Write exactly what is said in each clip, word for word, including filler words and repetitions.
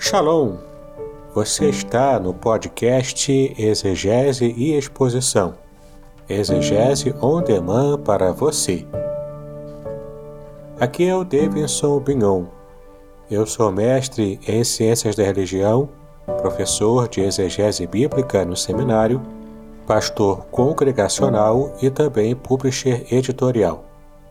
Shalom! Você está no podcast Exegese e Exposição. Exegese on demand para você. Aqui é o Davidson Bignon. Eu sou mestre em Ciências da Religião, professor de Exegese Bíblica no seminário, pastor congregacional e também publisher editorial.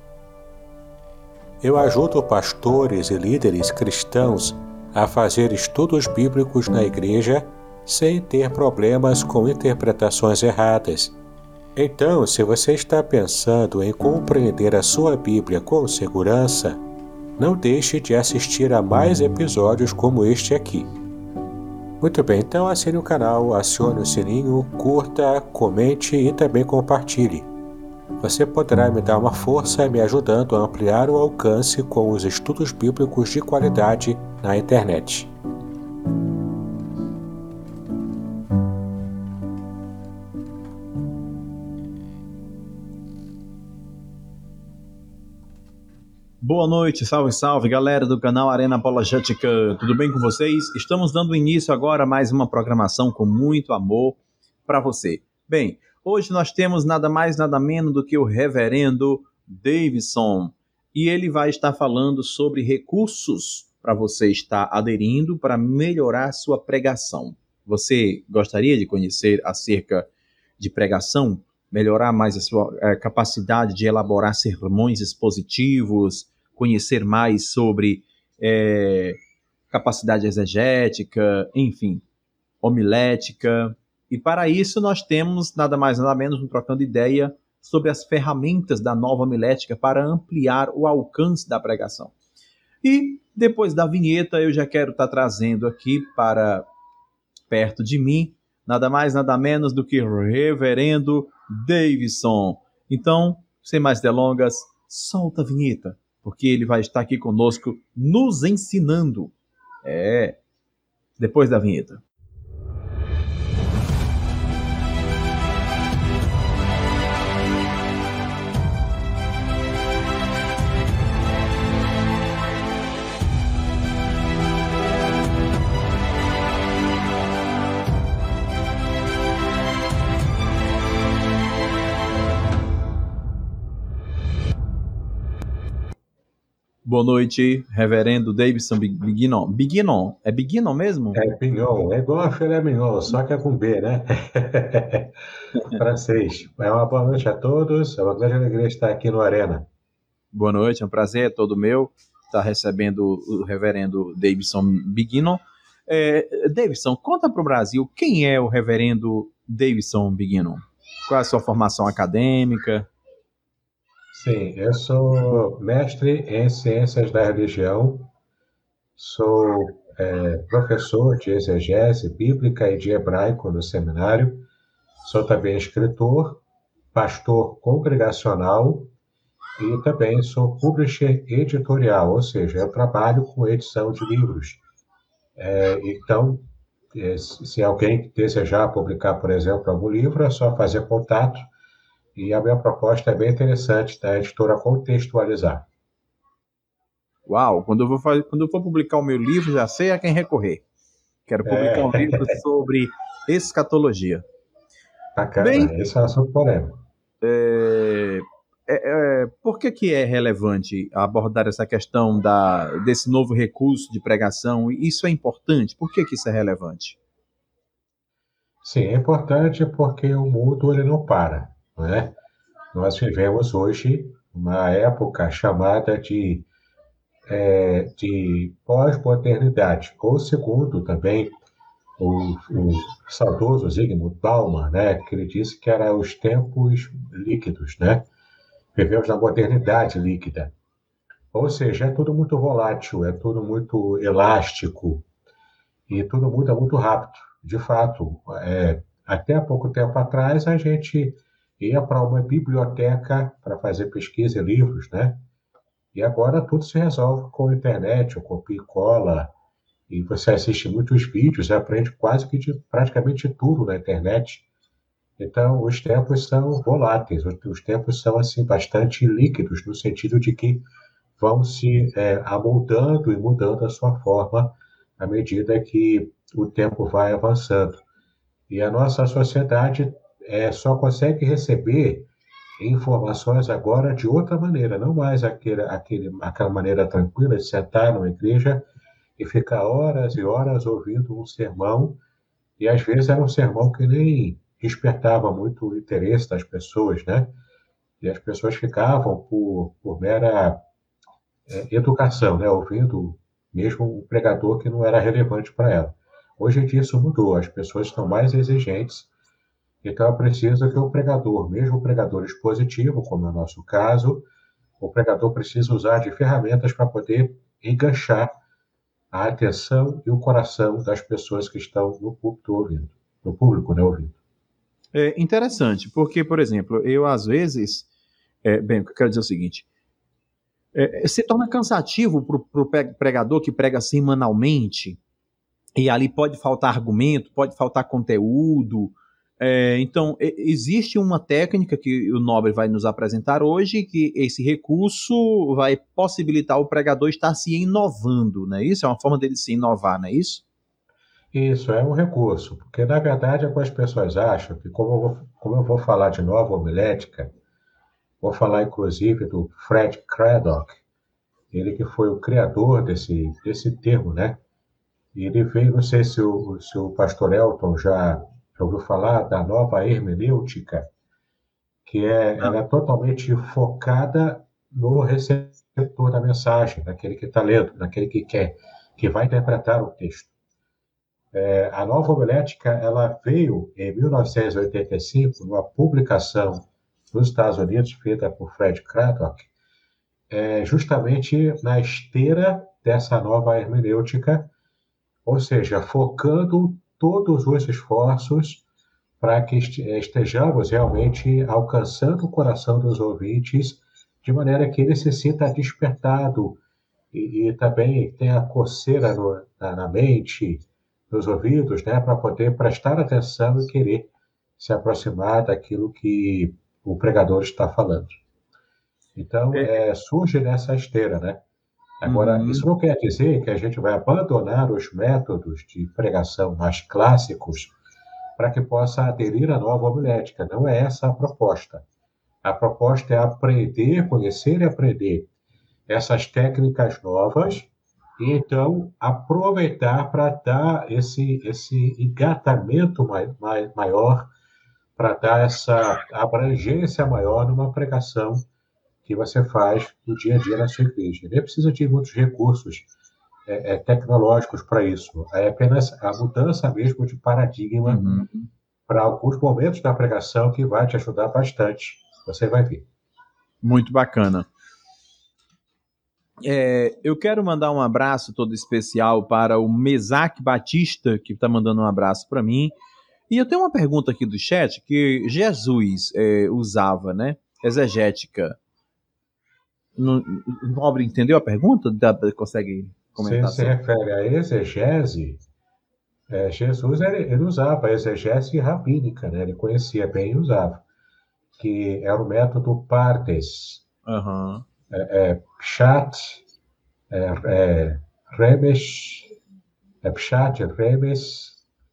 Eu ajudo pastores e líderes cristãos a fazer estudos bíblicos na igreja sem ter problemas com interpretações erradas. Então, se você está pensando em compreender a sua Bíblia com segurança, não deixe de assistir a mais episódios como este aqui. Muito bem, então assine o canal, acione o sininho, curta, comente e também compartilhe. Você poderá me dar uma força me ajudando a ampliar o alcance com os estudos bíblicos de qualidade na internet. Boa noite, salve, salve, galera do canal Arena Apologética, tudo bem com vocês? Estamos dando início agora a mais uma programação com muito amor para você. Bem, hoje nós temos nada mais, nada menos do que o reverendo Davidson, e ele vai estar falando sobre recursos para você estar aderindo para melhorar sua pregação. Você gostaria de conhecer acerca de pregação? Melhorar mais a sua a capacidade de elaborar sermões expositivos, conhecer mais sobre é, capacidade exegética, enfim, homilética. E para isso nós temos nada mais nada menos um trocando ideia sobre as ferramentas da nova homilética para ampliar o alcance da pregação. E depois da vinheta eu já quero estar trazendo aqui para perto de mim nada mais nada menos do que o reverendo Davidson. Então, sem mais delongas, solta a vinheta, porque ele vai estar aqui conosco nos ensinando. É, depois da vinheta. Boa noite, reverendo Davidson Bignon. Bignon, é Bignon mesmo? É Bignon, é igual a filé mignon, só que é com B, né? Francês. É uma boa noite a todos, é uma grande alegria estar aqui no Arena. Boa noite, é um prazer, é todo meu estar recebendo o reverendo Davidson Bignon. É, Davidson, conta para o Brasil, quem é o reverendo Davidson Bignon? Qual é a sua formação acadêmica? Sim, eu sou mestre em Ciências da Religião, sou é, professor de exegese bíblica e de hebraico no seminário, sou também escritor, pastor congregacional e também sou publisher editorial, ou seja, eu trabalho com edição de livros. É, então, é, se alguém desejar publicar, por exemplo, algum livro, é só fazer contato. E a minha proposta é bem interessante da editora Contextualizar. Uau, quando eu vou fazer, quando eu for publicar o meu livro, já sei a quem recorrer. Quero publicar é. um livro sobre escatologia. Bacana, Bem, esse é um assunto polêmico. É, é, é, por que, que é relevante abordar essa questão da, desse novo recurso de pregação? Isso é importante? Por que, que isso é relevante? Sim, é importante porque o mundo ele não para. Não é? Nós vivemos hoje uma época chamada de, é, de pós-modernidade, ou segundo também o, o saudoso Zygmunt Bauman, né, que ele disse que eram os tempos líquidos, né? Vivemos na modernidade líquida. Ou seja, é tudo muito volátil, é tudo muito elástico e tudo muda muito rápido. De fato, é, até há pouco tempo atrás a gente ia para uma biblioteca para fazer pesquisa em livros, né? E agora tudo se resolve com a internet, ou copia e cola, e você assiste muitos vídeos, aprende quase que de praticamente tudo na internet. Então, os tempos são voláteis, os tempos são assim bastante líquidos, no sentido de que vão se é, amoldando e mudando a sua forma à medida que o tempo vai avançando. E a nossa sociedade é, só consegue receber informações agora de outra maneira, não mais aquele, aquele, aquela maneira tranquila de sentar numa igreja e ficar horas e horas ouvindo um sermão, e às vezes era um sermão que nem despertava muito o interesse das pessoas, né? E as pessoas ficavam por, por mera é, educação, né? Ouvindo mesmo um pregador que não era relevante para ela. Hoje em dia isso mudou, as pessoas estão mais exigentes, então é preciso que o pregador, mesmo o pregador expositivo, como é o nosso caso, o pregador precisa usar de ferramentas para poder enganchar a atenção e o coração das pessoas que estão no púlpito ouvindo, no público, né, ouvindo. É interessante, porque, por exemplo, eu às vezes, é, bem, o que eu quero dizer é o seguinte, é, se torna cansativo para o pregador que prega semanalmente, e ali pode faltar argumento, pode faltar conteúdo. É, então, existe uma técnica que o Nobre vai nos apresentar hoje, que esse recurso vai possibilitar o pregador estar se inovando, não é isso? É uma forma dele se inovar, não é isso? Isso é um recurso, porque na verdade algumas pessoas acham que, como eu vou, como eu vou falar de nova homilética, vou falar inclusive do Fred Craddock, ele que foi o criador desse, desse termo, né? E ele veio, não sei se o, se o pastor Elton já, já ouviu falar da nova hermenêutica, que é, ela é totalmente focada no receptor da mensagem, naquele que está lendo, naquele que quer, que vai interpretar o texto. É, a nova homilética, ela veio em mil novecentos e oitenta e cinco, numa publicação nos Estados Unidos, feita por Fred Craddock, é, justamente na esteira dessa nova hermenêutica, ou seja, focando todos os esforços para que estejamos realmente alcançando o coração dos ouvintes, de maneira que ele se sinta despertado e, e também tenha coceira no, na, na mente, nos ouvidos, né, para poder prestar atenção e querer se aproximar daquilo que o pregador está falando. Então, É, é, surge nessa esteira, né? Agora, uhum. isso não quer dizer que a gente vai abandonar os métodos de pregação mais clássicos para que possa aderir à nova homilética. Não é essa a proposta. A proposta é aprender, conhecer e aprender essas técnicas novas e, então, aproveitar para dar esse, esse engatamento mai, maior, para dar essa abrangência maior numa pregação que você faz no dia a dia na sua igreja. Nem precisa de muitos recursos é, é, tecnológicos para isso. É apenas a mudança mesmo de paradigma Uhum. para alguns momentos da pregação que vai te ajudar bastante. Você vai ver. Muito bacana. É, eu quero mandar um abraço todo especial para o Mesaque Batista, que está mandando um abraço para mim. E eu tenho uma pergunta aqui do chat que Jesus é, usava, né? Exegética. O Nobre entendeu a pergunta? Dá, consegue Se comentar se sobre? refere à exegese, é, Jesus ele, ele usava a exegese rabínica, né? Ele conhecia bem e usava, que era o método Pardes, Aham. é, Pshat, é, é, Remesh, é Pshat, Remes,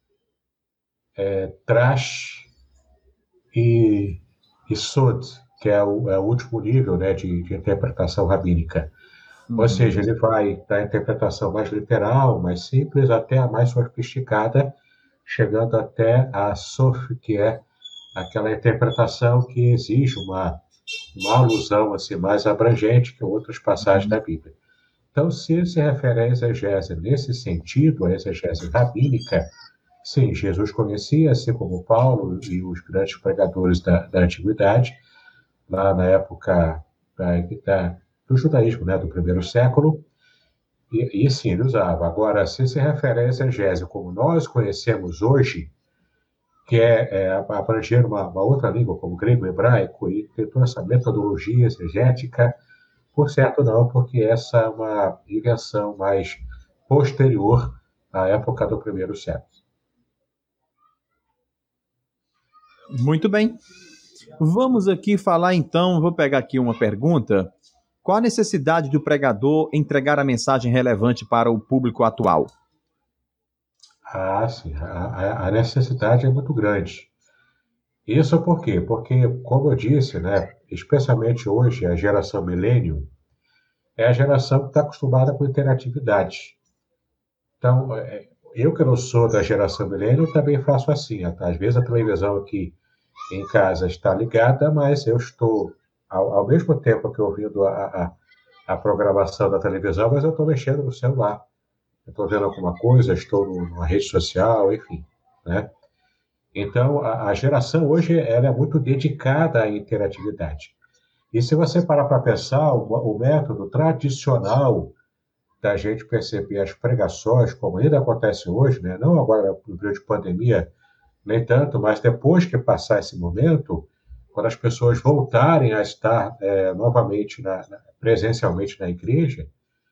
é, Trash e, e Sod, que é o, é o último nível, né, de, de interpretação rabínica. Ou seja, Uhum. ele vai da interpretação mais literal, mais simples, até a mais sofisticada, chegando até a Sof, que é aquela interpretação que exige uma, uma alusão assim, mais abrangente que outras passagens Uhum. da Bíblia. Então, se se refere à exegese nesse sentido, a exegese rabínica, sim, Jesus conhecia, assim como Paulo e os grandes pregadores da, da antiguidade, lá na época da, da, do judaísmo, né, do primeiro século, e, e sim, ele usava. Agora, se se refere à exegese como nós conhecemos hoje, que é, é abranger uma, uma outra língua, como grego, hebraico, e ter toda essa metodologia exegética, por certo não, porque essa é uma invenção mais posterior à época do primeiro século. Muito bem. Vamos aqui falar então, vou pegar aqui uma pergunta. Qual a necessidade do pregador entregar a mensagem relevante para o público atual? Ah, sim, a, a- a necessidade é muito grande. Isso por quê? Porque, como eu disse, né, especialmente hoje, a geração milênio é a geração que está acostumada com interatividade. Então, é, eu que não sou da geração milênio, também faço assim. Às vezes a televisão aqui em casa está ligada, mas eu estou, ao, ao mesmo tempo que ouvindo a, a, a programação da televisão, mas eu estou mexendo no celular. Eu estou vendo alguma coisa, estou numa rede social, enfim, né? Então, a, a geração hoje ela é muito dedicada à interatividade. E se você parar para pensar, o, o método tradicional da gente perceber as pregações, como ainda acontece hoje, né? Não agora no período de pandemia, nem tanto, mas depois que passar esse momento, quando as pessoas voltarem a estar é, novamente na, na, presencialmente na igreja,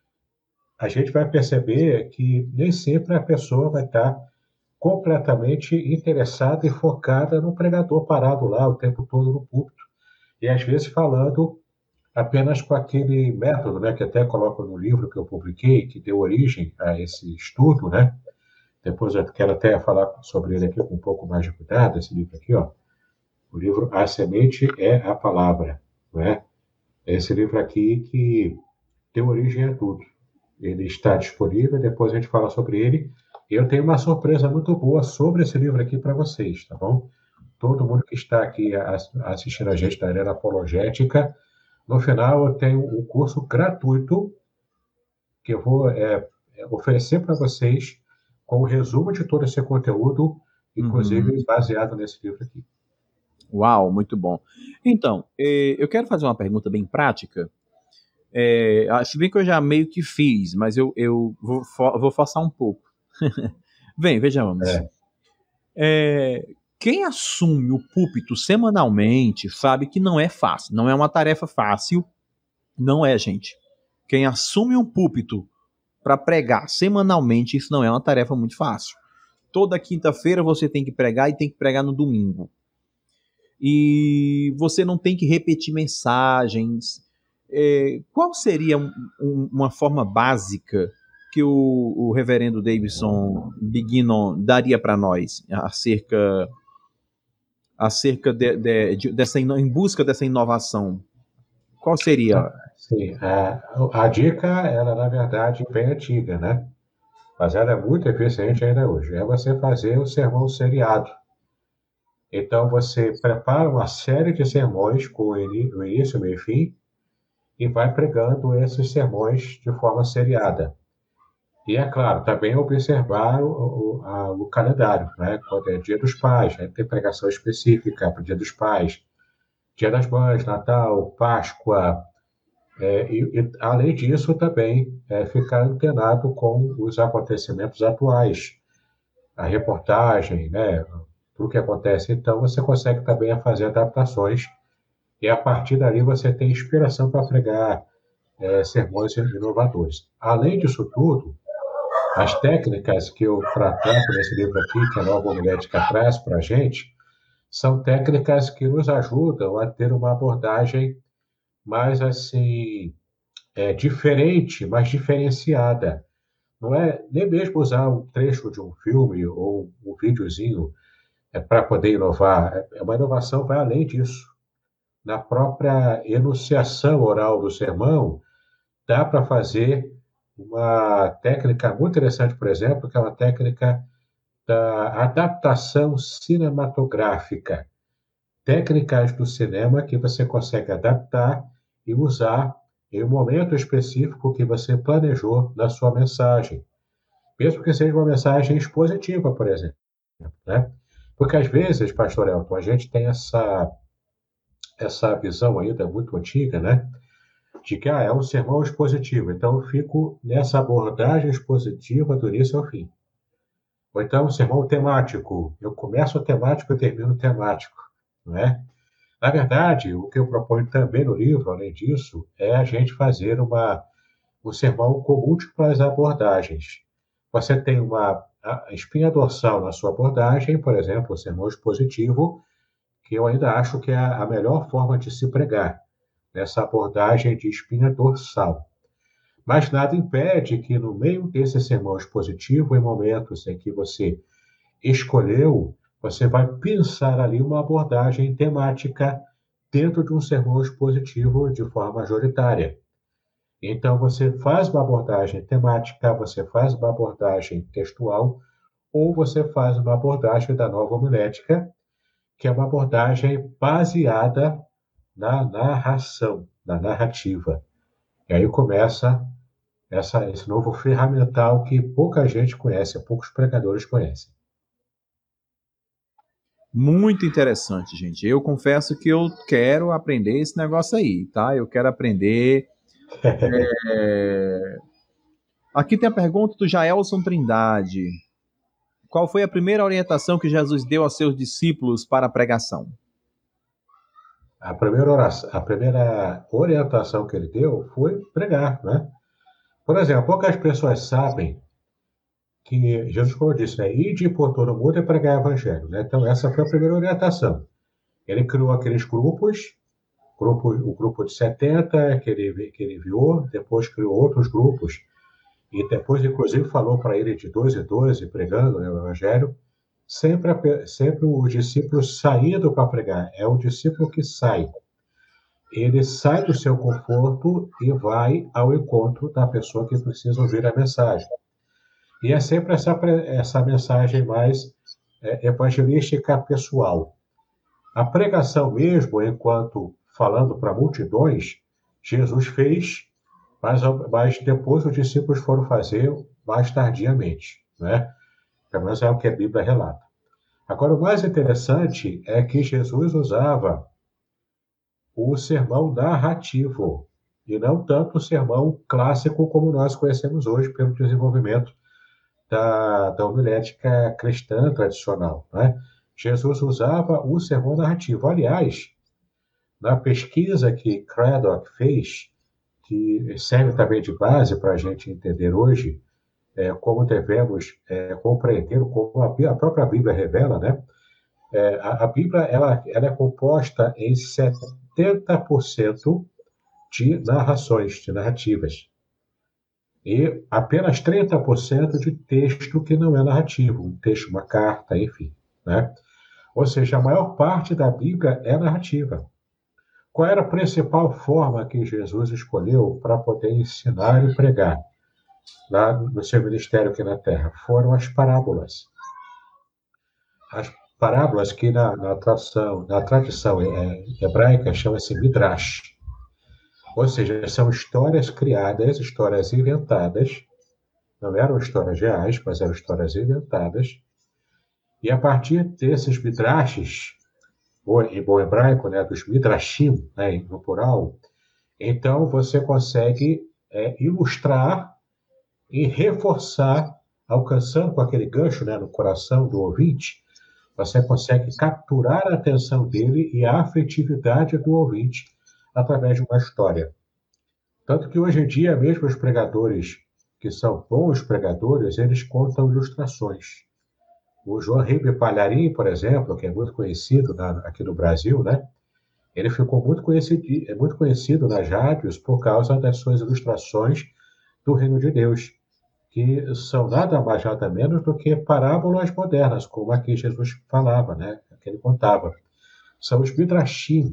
a gente vai perceber que nem sempre a pessoa vai estar completamente interessada e focada no pregador parado lá o tempo todo no púlpito. E às vezes falando apenas com aquele método, né, que até coloco no livro que eu publiquei, que deu origem a esse estudo, né? Depois eu quero até falar sobre ele aqui com um pouco mais de cuidado, esse livro aqui, ó. O livro A Semente é a Palavra, né? Esse livro aqui que deu origem a tudo. Ele está disponível, depois a gente fala sobre ele. Eu tenho uma surpresa muito boa sobre esse livro aqui para vocês, tá bom? Todo mundo que está aqui assistindo a gente da Arena Apologética, no final eu tenho um curso gratuito que eu vou é, oferecer para vocês com o resumo de todo esse conteúdo, Uhum. inclusive baseado nesse livro aqui. Uau, muito bom. Então, eh, eu quero fazer uma pergunta bem prática. É, se bem que eu já meio que fiz, mas eu, eu vou, for, vou forçar um pouco. Bem, vejamos. É, É, quem assume o púlpito semanalmente sabe que não é fácil, não é uma tarefa fácil, não é, gente. Quem assume um púlpito para pregar semanalmente, isso não é uma tarefa muito fácil. Toda quinta-feira você tem que pregar e tem que pregar no domingo. E você não tem que repetir mensagens. É, qual seria um, um, uma forma básica que o, o reverendo Davidson Bignon daria para nós acerca, acerca de, de, de, dessa, em busca dessa inovação? Qual seria? sim, a, a dica, ela na verdade é bem antiga, né? Mas ela é muito eficiente ainda hoje. É você fazer o sermão seriado. Então você prepara uma série de sermões com o início, meio e fim, e vai pregando esses sermões de forma seriada. E é claro, também observar o, o, a, o calendário, né? Quando é Dia dos Pais, né? Tem pregação específica para o Dia dos Pais, Dia das Mães, Natal, Páscoa. É, e, e, além disso, também é, ficar antenado com os acontecimentos atuais, a reportagem, né? Tudo que acontece. Então, você consegue também fazer adaptações e a partir dali você tem inspiração para pregar é, sermões inovadores. Além disso tudo, as técnicas que eu trato nesse livro aqui, que a Nova Homilética traz para a gente, são técnicas que nos ajudam a ter uma abordagem mais assim, é, diferente, mais diferenciada. Não é nem mesmo usar um trecho de um filme ou um videozinho é, para poder inovar. É uma inovação vai além disso. Na própria enunciação oral do sermão, dá para fazer uma técnica muito interessante, por exemplo, que é uma técnica da adaptação cinematográfica. Técnicas do cinema que você consegue adaptar e usar em um momento específico que você planejou na sua mensagem. Mesmo que seja uma mensagem expositiva, por exemplo, né? Porque às vezes, pastor Elton, a gente tem essa, essa visão ainda muito antiga, né? De que ah, é um sermão expositivo, então eu fico nessa abordagem expositiva do início ao fim. Ou então um sermão temático, eu começo o temático e termino o temático, não é? Na verdade, o que eu proponho também no livro, além disso, é a gente fazer uma, um sermão com múltiplas abordagens. Você tem uma espinha dorsal na sua abordagem, por exemplo, o sermão expositivo, que eu ainda acho que é a melhor forma de se pregar, nessa abordagem de espinha dorsal. Mas nada impede que, no meio desse sermão expositivo, em momentos em que você escolheu, você vai pensar ali uma abordagem temática dentro de um sermão expositivo de forma majoritária. Então, você faz uma abordagem temática, você faz uma abordagem textual, ou você faz uma abordagem da nova homilética, que é uma abordagem baseada na narração, na narrativa. E aí começa essa, esse novo ferramental que pouca gente conhece, poucos pregadores conhecem. Muito interessante, gente. Eu confesso que eu quero aprender esse negócio aí, tá? Eu quero aprender. É... Aqui tem a pergunta do Jaelson Trindade. Qual foi a primeira orientação que Jesus deu aos seus discípulos para a pregação? A primeira, oração, a primeira orientação que ele deu foi pregar, né? Por exemplo, poucas pessoas sabem que Jesus, como eu disse, né, ide por todo mundo e pregar o evangelho, né? Então, essa foi a primeira orientação. Ele criou aqueles grupos, grupo, o grupo de setenta que ele, que ele enviou, depois criou outros grupos, e depois, inclusive, falou para ele de dois em dois, pregando, né, o evangelho. Sempre, a, sempre o discípulo saindo para pregar, é o discípulo que sai. Ele sai do seu conforto e vai ao encontro da pessoa que precisa ouvir a mensagem. E é sempre essa, essa mensagem mais é, evangelística pessoal. A pregação mesmo, enquanto falando para multidões, Jesus fez, mas, mas depois os discípulos foram fazer mais tardiamente, né? Pelo menos é o que a Bíblia relata. Agora, o mais interessante é que Jesus usava o sermão narrativo, e não tanto o sermão clássico como nós conhecemos hoje pelo desenvolvimento da, da homilética cristã tradicional, né? Jesus usava o sermão narrativo. Aliás, na pesquisa que Craddock fez, que serve também de base para a gente entender hoje é, como devemos é, compreender, como a, a própria Bíblia revela, né? É, a, a Bíblia ela, ela é composta em setenta por cento de narrações, de narrativas. E apenas trinta por cento de texto que não é narrativo, um texto, uma carta, enfim, né? Ou seja, a maior parte da Bíblia é narrativa. Qual era a principal forma que Jesus escolheu para poder ensinar e pregar lá no seu ministério aqui na Terra? Foram as parábolas. As parábolas que na, na, tradição, na tradição é, hebraica chama-se midrash. Ou seja, são histórias criadas, histórias inventadas, não eram histórias reais, mas eram histórias inventadas, e a partir desses midrashes, em bom hebraico, né, dos midrashim, né, no plural, então você consegue é, ilustrar e reforçar, alcançando com aquele gancho, né, no coração do ouvinte, você consegue capturar a atenção dele e a afetividade do ouvinte através de uma história. Tanto que hoje em dia, mesmo os pregadores que são bons pregadores, eles contam ilustrações. O João Ribeiro Palharim, por exemplo, que é muito conhecido na, aqui no Brasil, né? Ele ficou muito conhecido, muito conhecido nas rádios por causa das suas ilustrações do Reino de Deus, que são nada mais nada menos do que parábolas modernas, como a que Jesus falava, né? Que ele contava. São os midrashim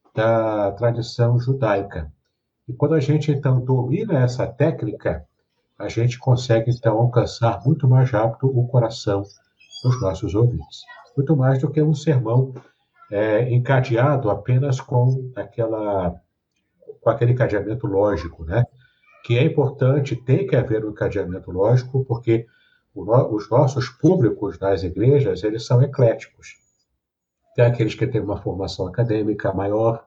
da tradição judaica. E quando a gente, então, domina essa técnica, a gente consegue, então, alcançar muito mais rápido o coração dos nossos ouvintes. Muito mais do que um sermão é, encadeado apenas com, aquela, com aquele encadeamento lógico, né? Que é importante, tem que haver um encadeamento lógico, porque o, os nossos públicos nas igrejas, eles são ecléticos. Tem aqueles que têm uma formação acadêmica maior,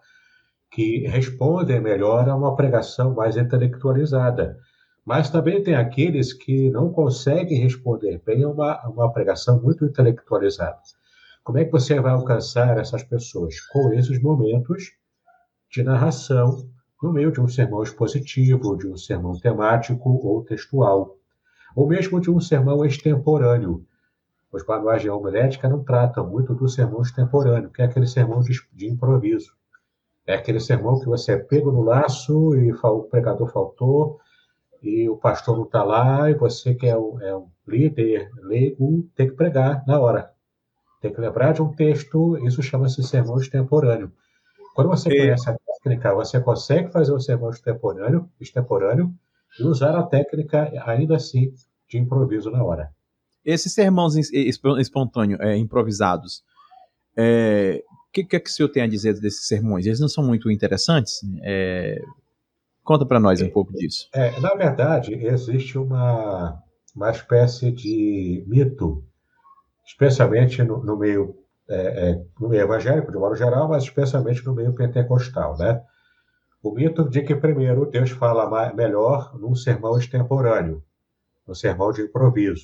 que respondem melhor a uma pregação mais intelectualizada. Mas também tem aqueles que não conseguem responder bem a uma, a uma pregação muito intelectualizada. Como é que você vai alcançar essas pessoas? Com esses momentos de narração, no meio de um sermão expositivo, de um sermão temático ou textual, ou mesmo de um sermão extemporâneo. Os manuais de homilética não tratam muito do sermão extemporâneo, que é aquele sermão de, de improviso. É aquele sermão que você é pego no laço e o pregador faltou, e o pastor não está lá, e você que é um, é um líder leigo, tem que pregar na hora. Tem que lembrar de um texto, isso chama-se sermão extemporâneo. Quando você E conhece a técnica, você consegue fazer o sermão extemporâneo, extemporâneo e usar a técnica, ainda assim, de improviso na hora. esses sermões es- espo- espontâneos, é, improvisados, é, o que, que é que o senhor tem a dizer desses sermões? Eles não são muito interessantes? É, conta para nós um pouco disso. É, na verdade, existe uma, uma espécie de mito, especialmente no, no meio, é, é, no meio evangélico, de modo geral, mas especialmente no meio pentecostal, né? O mito de que, primeiro, Deus fala mais, melhor num sermão extemporâneo, no sermão de improviso.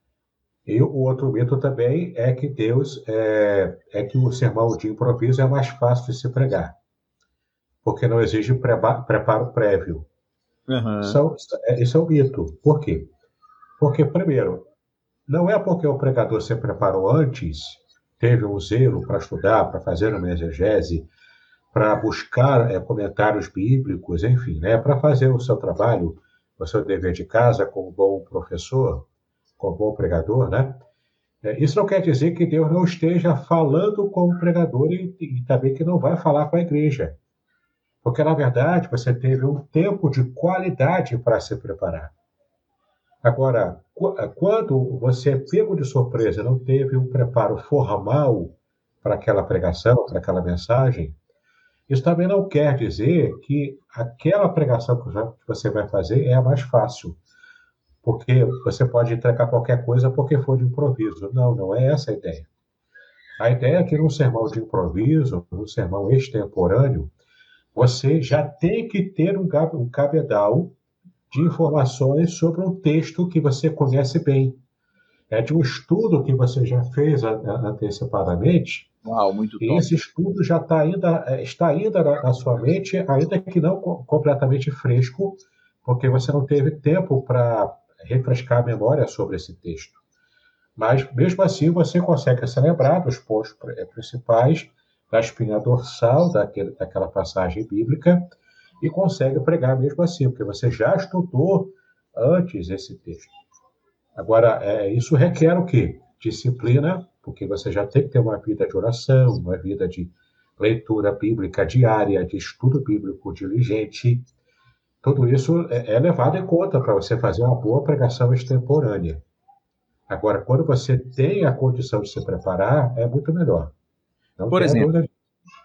E o outro mito também é que Deus é, é que o sermão de improviso é mais fácil de se pregar, porque não exige preba- preparo prévio. Aham. São, é, isso é um mito. Por quê? Porque, primeiro, não é porque o pregador se preparou antes, teve um zelo para estudar, para fazer uma exegese, para buscar é, comentários bíblicos, enfim, né, para fazer o seu trabalho, o seu dever de casa como bom professor, como bom pregador, né? É, isso não quer dizer que Deus não esteja falando com o pregador e, e também que não vai falar com a igreja. Porque, na verdade, você teve um tempo de qualidade para se preparar. Agora, quando você é pego de surpresa, não teve um preparo formal para aquela pregação, para aquela mensagem, isso também não quer dizer que aquela pregação que você vai fazer é a mais fácil, porque você pode entregar qualquer coisa porque foi de improviso. Não, não é essa a ideia. A ideia é que num sermão de improviso, num sermão extemporâneo, você já tem que ter um cabedal de informações sobre um texto que você conhece bem. É de um estudo que você já fez antecipadamente, Uau, muito e top. esse estudo já está ainda, está ainda na, na sua mente, ainda que não completamente fresco, porque você não teve tempo para refrescar a memória sobre esse texto. Mas, mesmo assim, você consegue se lembrar dos pontos principais, da espinha dorsal daquele, daquela passagem bíblica, e consegue pregar mesmo assim, porque você já estudou antes esse texto. Agora, é, isso requer o quê? Disciplina, porque você já tem que ter uma vida de oração, uma vida de leitura bíblica diária, de estudo bíblico diligente. Tudo isso é, é levado em conta para você fazer uma boa pregação extemporânea. Agora, quando você tem a condição de se preparar, é muito melhor. Não Por tenha exemplo, dúvida.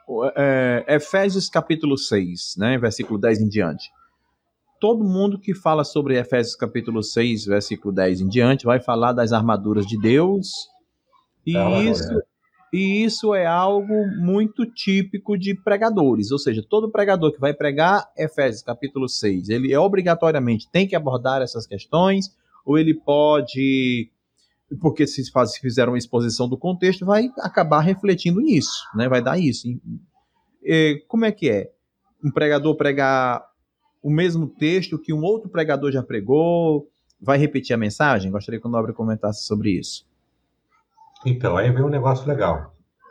é, Efésios capítulo seis, né, versículo dez em diante. Todo mundo que fala sobre Efésios capítulo seis, versículo dez em diante, vai falar das armaduras de Deus, Da e armadura, isso, né? e isso é algo muito típico de pregadores, ou seja, todo pregador que vai pregar Efésios capítulo seis, ele obrigatoriamente tem que abordar essas questões, ou ele pode, porque se, faz, se fizer uma exposição do contexto, vai acabar refletindo nisso, né? Vai dar isso. E, como é que é? Um pregador pregar o mesmo texto que um outro pregador já pregou, vai repetir a mensagem? Gostaria que o Nobre comentasse sobre isso. Então, aí vem um negócio legal.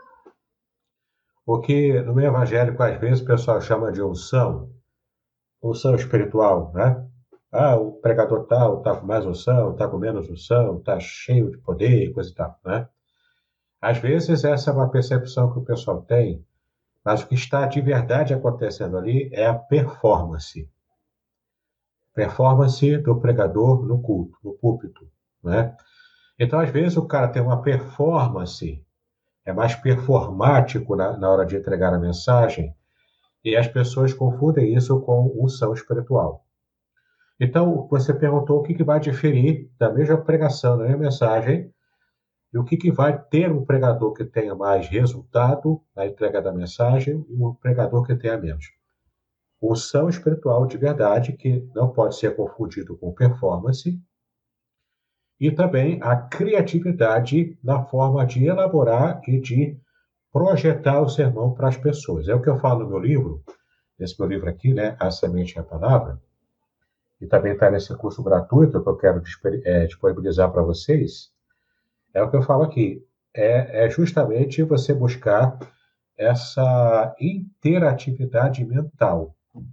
O que no meio evangélico, às vezes, o pessoal chama de unção, unção espiritual, né? Ah, o pregador tal está com mais unção, está com menos unção, está cheio de poder, coisa e tal, né? Às vezes, essa é uma percepção que o pessoal tem, mas o que está de verdade acontecendo ali é a performance. Performance do pregador no culto, no púlpito, né? Então, às vezes, o cara tem uma performance, é mais performático na, na hora de entregar a mensagem, e as pessoas confundem isso com unção espiritual. Então, você perguntou o que, que vai diferir da mesma pregação, da mesma mensagem, e o que, que vai ter um pregador que tenha mais resultado na entrega da mensagem e um pregador que tenha menos. Unção espiritual de verdade, que não pode ser confundido com performance, e também a criatividade na forma de elaborar e de projetar o sermão para as pessoas. É o que eu falo no meu livro, nesse meu livro aqui, né, A Semente é a Palavra, e também está nesse curso gratuito que eu quero é, disponibilizar para vocês, é o que eu falo aqui. É, é justamente você buscar essa interatividade mental.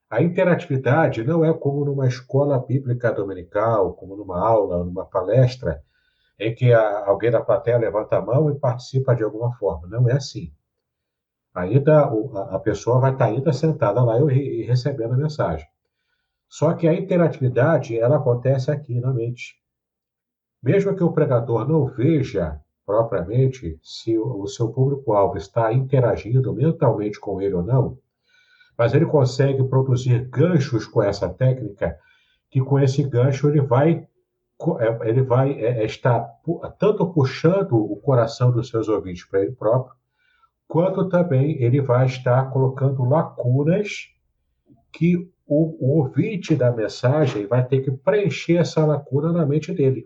A interatividade não é como numa escola bíblica dominical, como numa aula, numa palestra, em que a- alguém da plateia levanta a mão e participa de alguma forma. Não é assim. Ainda o- a a pessoa vai estar ainda sentada lá e, e recebendo a mensagem. Só que a interatividade, ela acontece aqui na mente. Mesmo que o pregador não veja propriamente se o, o seu público-alvo está interagindo mentalmente com ele ou não, mas ele consegue produzir ganchos com essa técnica, que com esse gancho ele vai, é, ele vai é, é, estar tanto puxando o coração dos seus ouvintes para ele próprio, quanto também ele vai estar colocando lacunas que o, o ouvinte da mensagem vai ter que preencher essa lacuna na mente dele.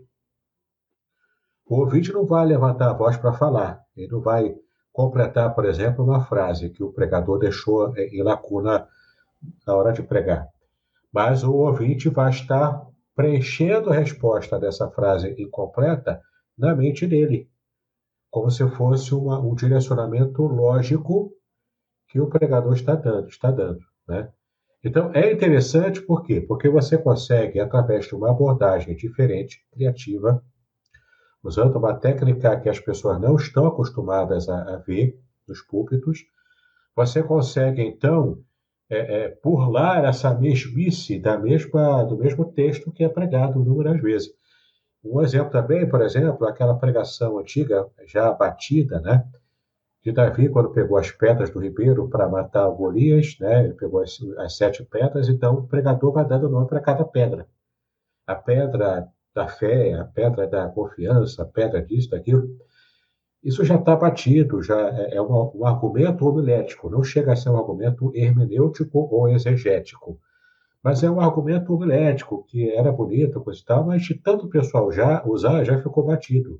O ouvinte não vai levantar a voz para falar, ele não vai completar, por exemplo, uma frase que o pregador deixou em lacuna na hora de pregar. Mas o ouvinte vai estar preenchendo a resposta dessa frase incompleta na mente dele, como se fosse uma, um direcionamento lógico que o pregador está dando, está dando, né? Então, é interessante por quê? Porque você consegue, através de uma abordagem diferente, criativa, usando uma técnica que as pessoas não estão acostumadas a, a ver nos púlpitos, você consegue, então, é, é, burlar essa mesmice da mesma, do mesmo texto que é pregado inúmeras vezes. Um exemplo também, por exemplo, aquela pregação antiga, já batida, né, de Davi, quando pegou as pedras do ribeiro para matar o Golias, né, ele pegou as, as sete pedras, então o pregador vai dando nome para cada pedra. A pedra da fé, a pedra da confiança, a pedra disso, daquilo. Isso já está batido, já é, é um, um argumento homilético, não chega a ser um argumento hermenêutico ou exegético, mas é um argumento homilético, que era bonito, coisa e tal, mas de tanto pessoal já usar, já ficou batido.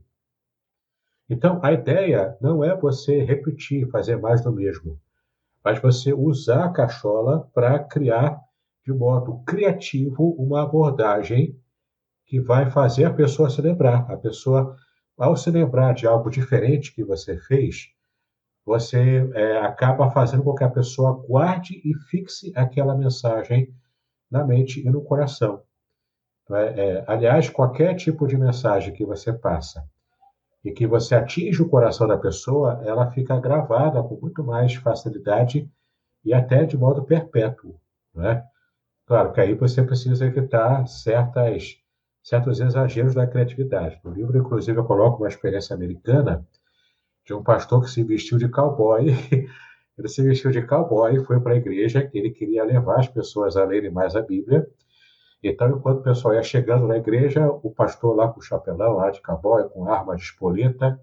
Então, a ideia não é você repetir, fazer mais do mesmo, mas você usar a cachola para criar, de modo criativo, uma abordagem que vai fazer a pessoa se lembrar. A pessoa, ao se lembrar de algo diferente que você fez, você é, acaba fazendo com que a pessoa guarde e fixe aquela mensagem na mente e no coração. É, é, aliás, qualquer tipo de mensagem que você passa e que você atinge o coração da pessoa, ela fica gravada com muito mais facilidade e até de modo perpétuo, né? Claro que aí você precisa evitar certas, certos exageros da criatividade. No livro, inclusive, eu coloco uma experiência americana de um pastor que se vestiu de cowboy. Ele se vestiu de cowboy e foi para a igreja, que ele queria levar as pessoas a lerem mais a Bíblia. Então, enquanto o pessoal ia chegando na igreja, o pastor lá com o chapelão, lá de cowboy, com arma de espoleta,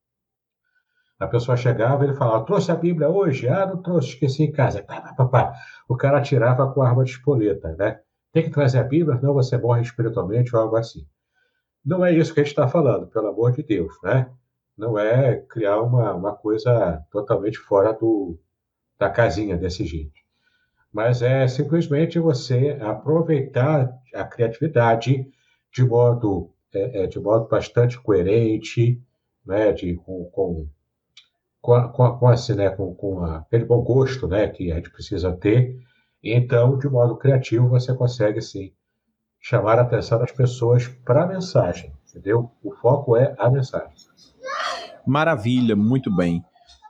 a pessoa chegava e ele falava, trouxe a Bíblia hoje? Ah, não trouxe, esqueci em casa. Pá, pá, pá, pá. O cara atirava com a arma de espoleta, né? Tem que trazer a Bíblia, senão você morre espiritualmente ou algo assim. Não é isso que a gente está falando, pelo amor de Deus, né? Não é criar uma, uma coisa totalmente fora do, da casinha desse jeito. Mas é simplesmente você aproveitar a criatividade de modo, é, é, de modo bastante coerente, né? De, com, com com, a, com, a, com, assim, né, com, com a, aquele bom gosto, né, que a gente precisa ter. E então, de modo criativo, você consegue, sim, chamar a atenção das pessoas para a mensagem, entendeu? O foco é a mensagem. Maravilha, muito bem.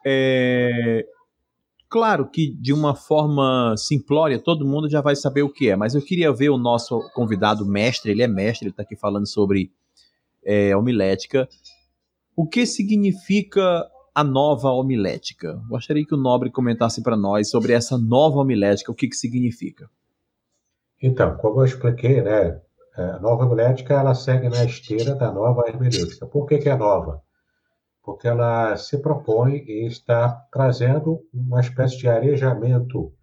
É, claro que de uma forma simplória todo mundo já vai saber o que é, mas eu queria ver o nosso convidado mestre, ele é mestre, ele está aqui falando sobre é, homilética. O que significa a nova homilética? Gostaria que o Nobre comentasse para nós sobre essa nova homilética, o que, que significa. Então, como eu expliquei, né, a nova homilética ela segue na esteira da nova hermenêutica. Por que, que é nova? Porque ela se propõe e está trazendo uma espécie de arejamento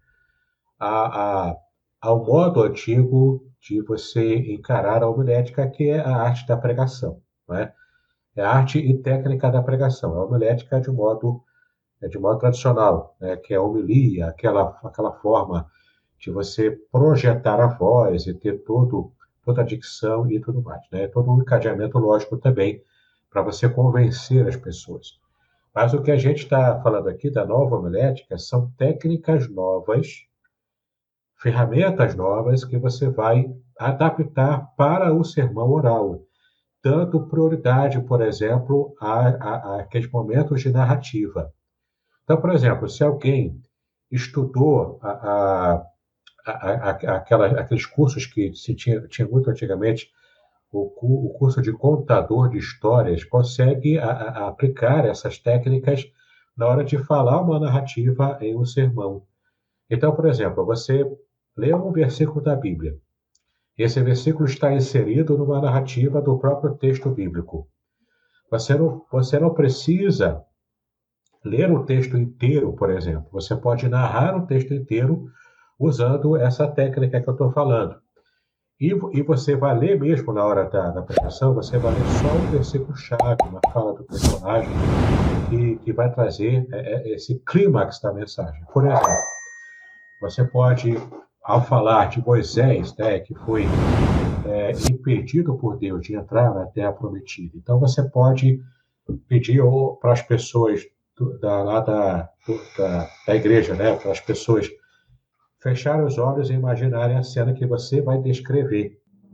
a, a, ao modo antigo de você encarar a homilética, que é a arte da pregação, não é? É a arte e técnica da pregação. A homilética de modo, é de modo tradicional, né? Que é a homilia, aquela, aquela forma de você projetar a voz e ter todo, toda a dicção e tudo mais, né? Todo um encadeamento lógico também para você convencer as pessoas. Mas o que a gente está falando aqui da nova homilética são técnicas novas ferramentas novas que você vai adaptar para o sermão oral, dando prioridade, por exemplo, a, a, a aqueles momentos de narrativa. Então, por exemplo, se alguém estudou a, a, a, a, aquela, aqueles cursos que se tinha, tinha muito antigamente, o, o curso de contador de histórias, consegue a, a aplicar essas técnicas na hora de falar uma narrativa em um sermão. Então, por exemplo, você lê um versículo da Bíblia. Esse versículo está inserido numa narrativa do próprio texto bíblico. Você não, você não precisa ler o texto inteiro, por exemplo. Você pode narrar o texto inteiro usando essa técnica que eu estou falando. E, e você vai ler mesmo na hora da, da pregação, você vai ler só um versículo-chave, uma fala do personagem, que, que vai trazer é, é, esse clímax da mensagem. Por exemplo, você pode, ao falar de Moisés, né, que foi é, impedido por Deus de entrar na Terra Prometida, então você pode pedir para as pessoas do, da, lá da, do, da, da igreja, né, para as pessoas fecharem os olhos e imaginarem a cena que você vai descrever.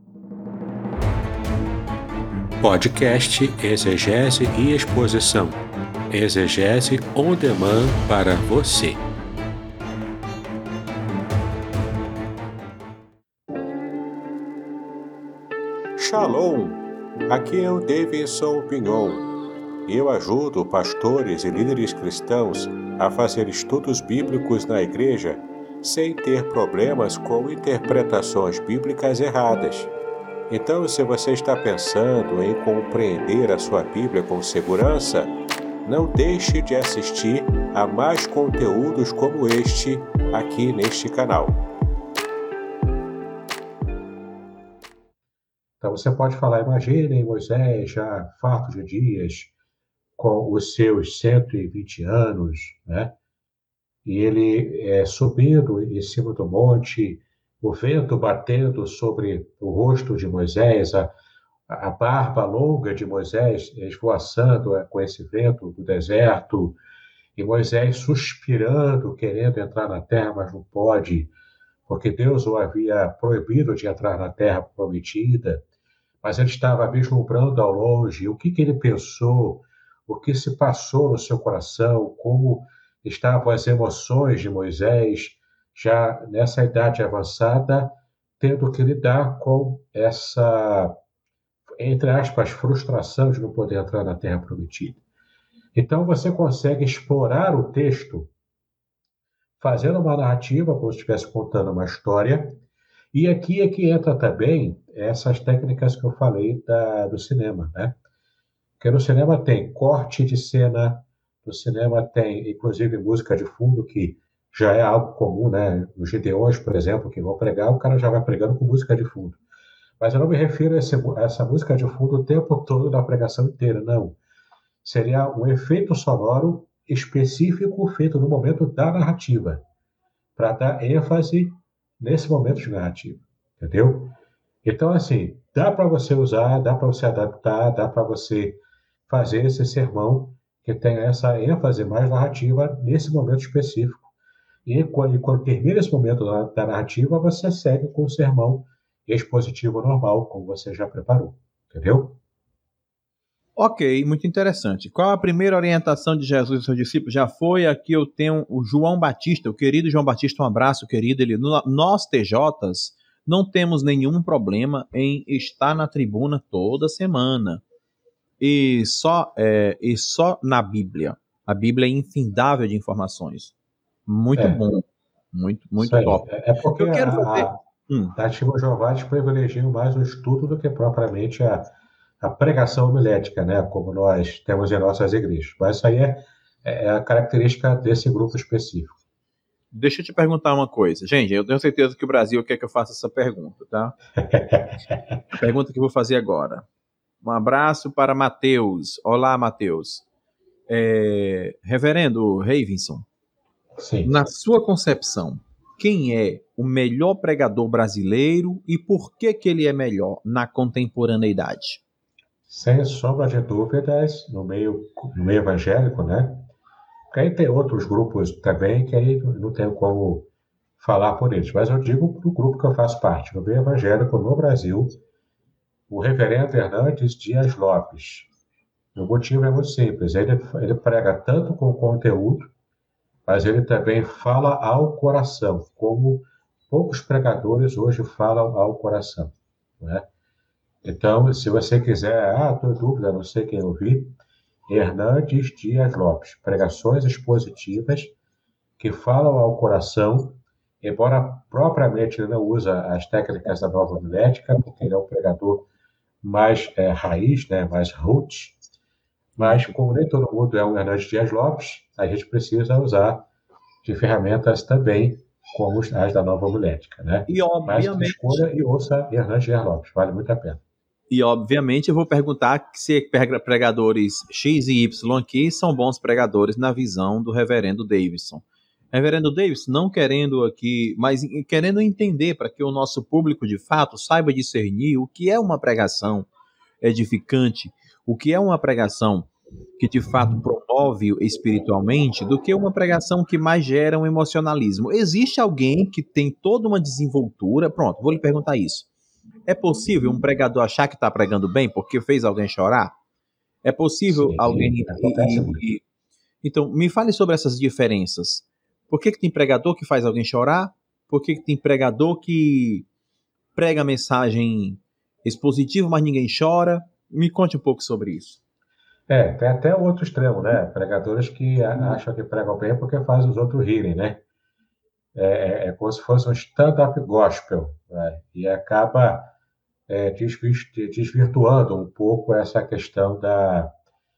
Podcast Exegese e Exposição. Exegese on demand para você. Shalom! Aqui é o Davidson Pignon. Eu ajudo pastores e líderes cristãos a fazer estudos bíblicos na igreja sem ter problemas com interpretações bíblicas erradas. Então, se você está pensando em compreender a sua Bíblia com segurança, não deixe de assistir a mais conteúdos como este aqui neste canal. Então você pode falar, imaginem Moisés já farto de dias, com os seus cento e vinte anos, né? E ele é, subindo em cima do monte, o vento batendo sobre o rosto de Moisés, a, a barba longa de Moisés esvoaçando com esse vento do deserto, e Moisés suspirando, querendo entrar na terra, mas não pode, porque Deus o havia proibido de entrar na terra prometida, mas ele estava vislumbrando ao longe o que, que ele pensou, o que se passou no seu coração, como estavam as emoções de Moisés, já nessa idade avançada, tendo que lidar com essa, entre aspas, frustração de não poder entrar na Terra Prometida. Então você consegue explorar o texto, fazendo uma narrativa, como se estivesse contando uma história, e aqui é que entra também essas técnicas que eu falei da, do cinema, né? Porque no cinema tem corte de cena, no cinema tem, inclusive, música de fundo, que já é algo comum, né? Os gideões, por exemplo, que vão pregar, o cara já vai pregando com música de fundo. Mas eu não me refiro a, esse, a essa música de fundo o tempo todo da pregação inteira, não. Seria um efeito sonoro específico feito no momento da narrativa, para dar ênfase nesse momento de narrativa, entendeu? Então, assim, dá para você usar, dá para você adaptar, dá para você fazer esse sermão que tenha essa ênfase mais narrativa nesse momento específico. E quando, e quando termina esse momento da, da narrativa, você segue com o sermão expositivo normal, como você já preparou, entendeu? Ok, muito interessante. Qual a primeira orientação de Jesus aos seus discípulos? Já foi, aqui eu tenho o João Batista, o querido João Batista, um abraço, querido. Ele, nós, T Js, não temos nenhum problema em estar na tribuna toda semana. E só, é, e só na Bíblia. A Bíblia é infindável de informações. Muito É, bom. Muito, isso muito aí. top. É, é porque Eu quero a, fazer... a, Hum. a Ativa Jeová privilegiam mais o estudo do que propriamente a, a pregação homilética, né? Como nós temos em nossas igrejas. Mas isso aí é, é a característica desse grupo específico. Deixa eu te perguntar uma coisa. Gente, eu tenho certeza que o Brasil quer que eu faça essa pergunta, tá? A pergunta que eu vou fazer agora. Um abraço para Mateus. Olá, Mateus. É, Reverendo Ravinson, Sim. na sua concepção, quem é o melhor pregador brasileiro e por que, que ele é melhor na contemporaneidade? Sem sombra de dúvidas, no meio, no meio evangélico, né? Porque aí tem outros grupos também que aí não tem como falar por eles. Mas eu digo para o grupo que eu faço parte, no meio evangélico no Brasil, o reverendo Hernandes Dias Lopes. O motivo é muito simples, ele, ele prega tanto com conteúdo, mas ele também fala ao coração, como poucos pregadores hoje falam ao coração, né? Então, se você quiser, ah, estou em dúvida, não sei quem ouvir, Hernandes Dias Lopes, pregações expositivas que falam ao coração, embora propriamente ele não usa as técnicas da nova homilética, porque ele é um pregador mais é, raiz, né, mais roots, mas como nem todo mundo é um Hernandes Dias Lopes, a gente precisa usar de ferramentas também, como as da nova homilética, né? E Mas obviamente, escolha e ouça Hernandes Dias Lopes, vale muito a pena. e obviamente eu vou perguntar se pregadores X e Y aqui são bons pregadores na visão do reverendo Davidson. Reverendo Davidson, não querendo aqui, mas querendo entender para que o nosso público de fato saiba discernir o que é uma pregação edificante, o que é uma pregação que de fato promove espiritualmente, do que uma pregação que mais gera um emocionalismo. Existe alguém que tem toda uma desenvoltura? Pronto, vou lhe perguntar isso. É possível um pregador achar que está pregando bem porque fez alguém chorar? É possível Sim, alguém... acontece E, muito. e, então, me fale sobre essas diferenças. Por que, que tem pregador que faz alguém chorar? Por que, que tem pregador que prega mensagem expositiva, mas ninguém chora? Me conte um pouco sobre isso. É, tem até o outro extremo, né? Pregadores que a- acham que pregam bem porque fazem os outros rirem, né? É, é, é como se fosse um stand-up gospel, né? E acaba é, desvis- desvirtuando um pouco essa questão da,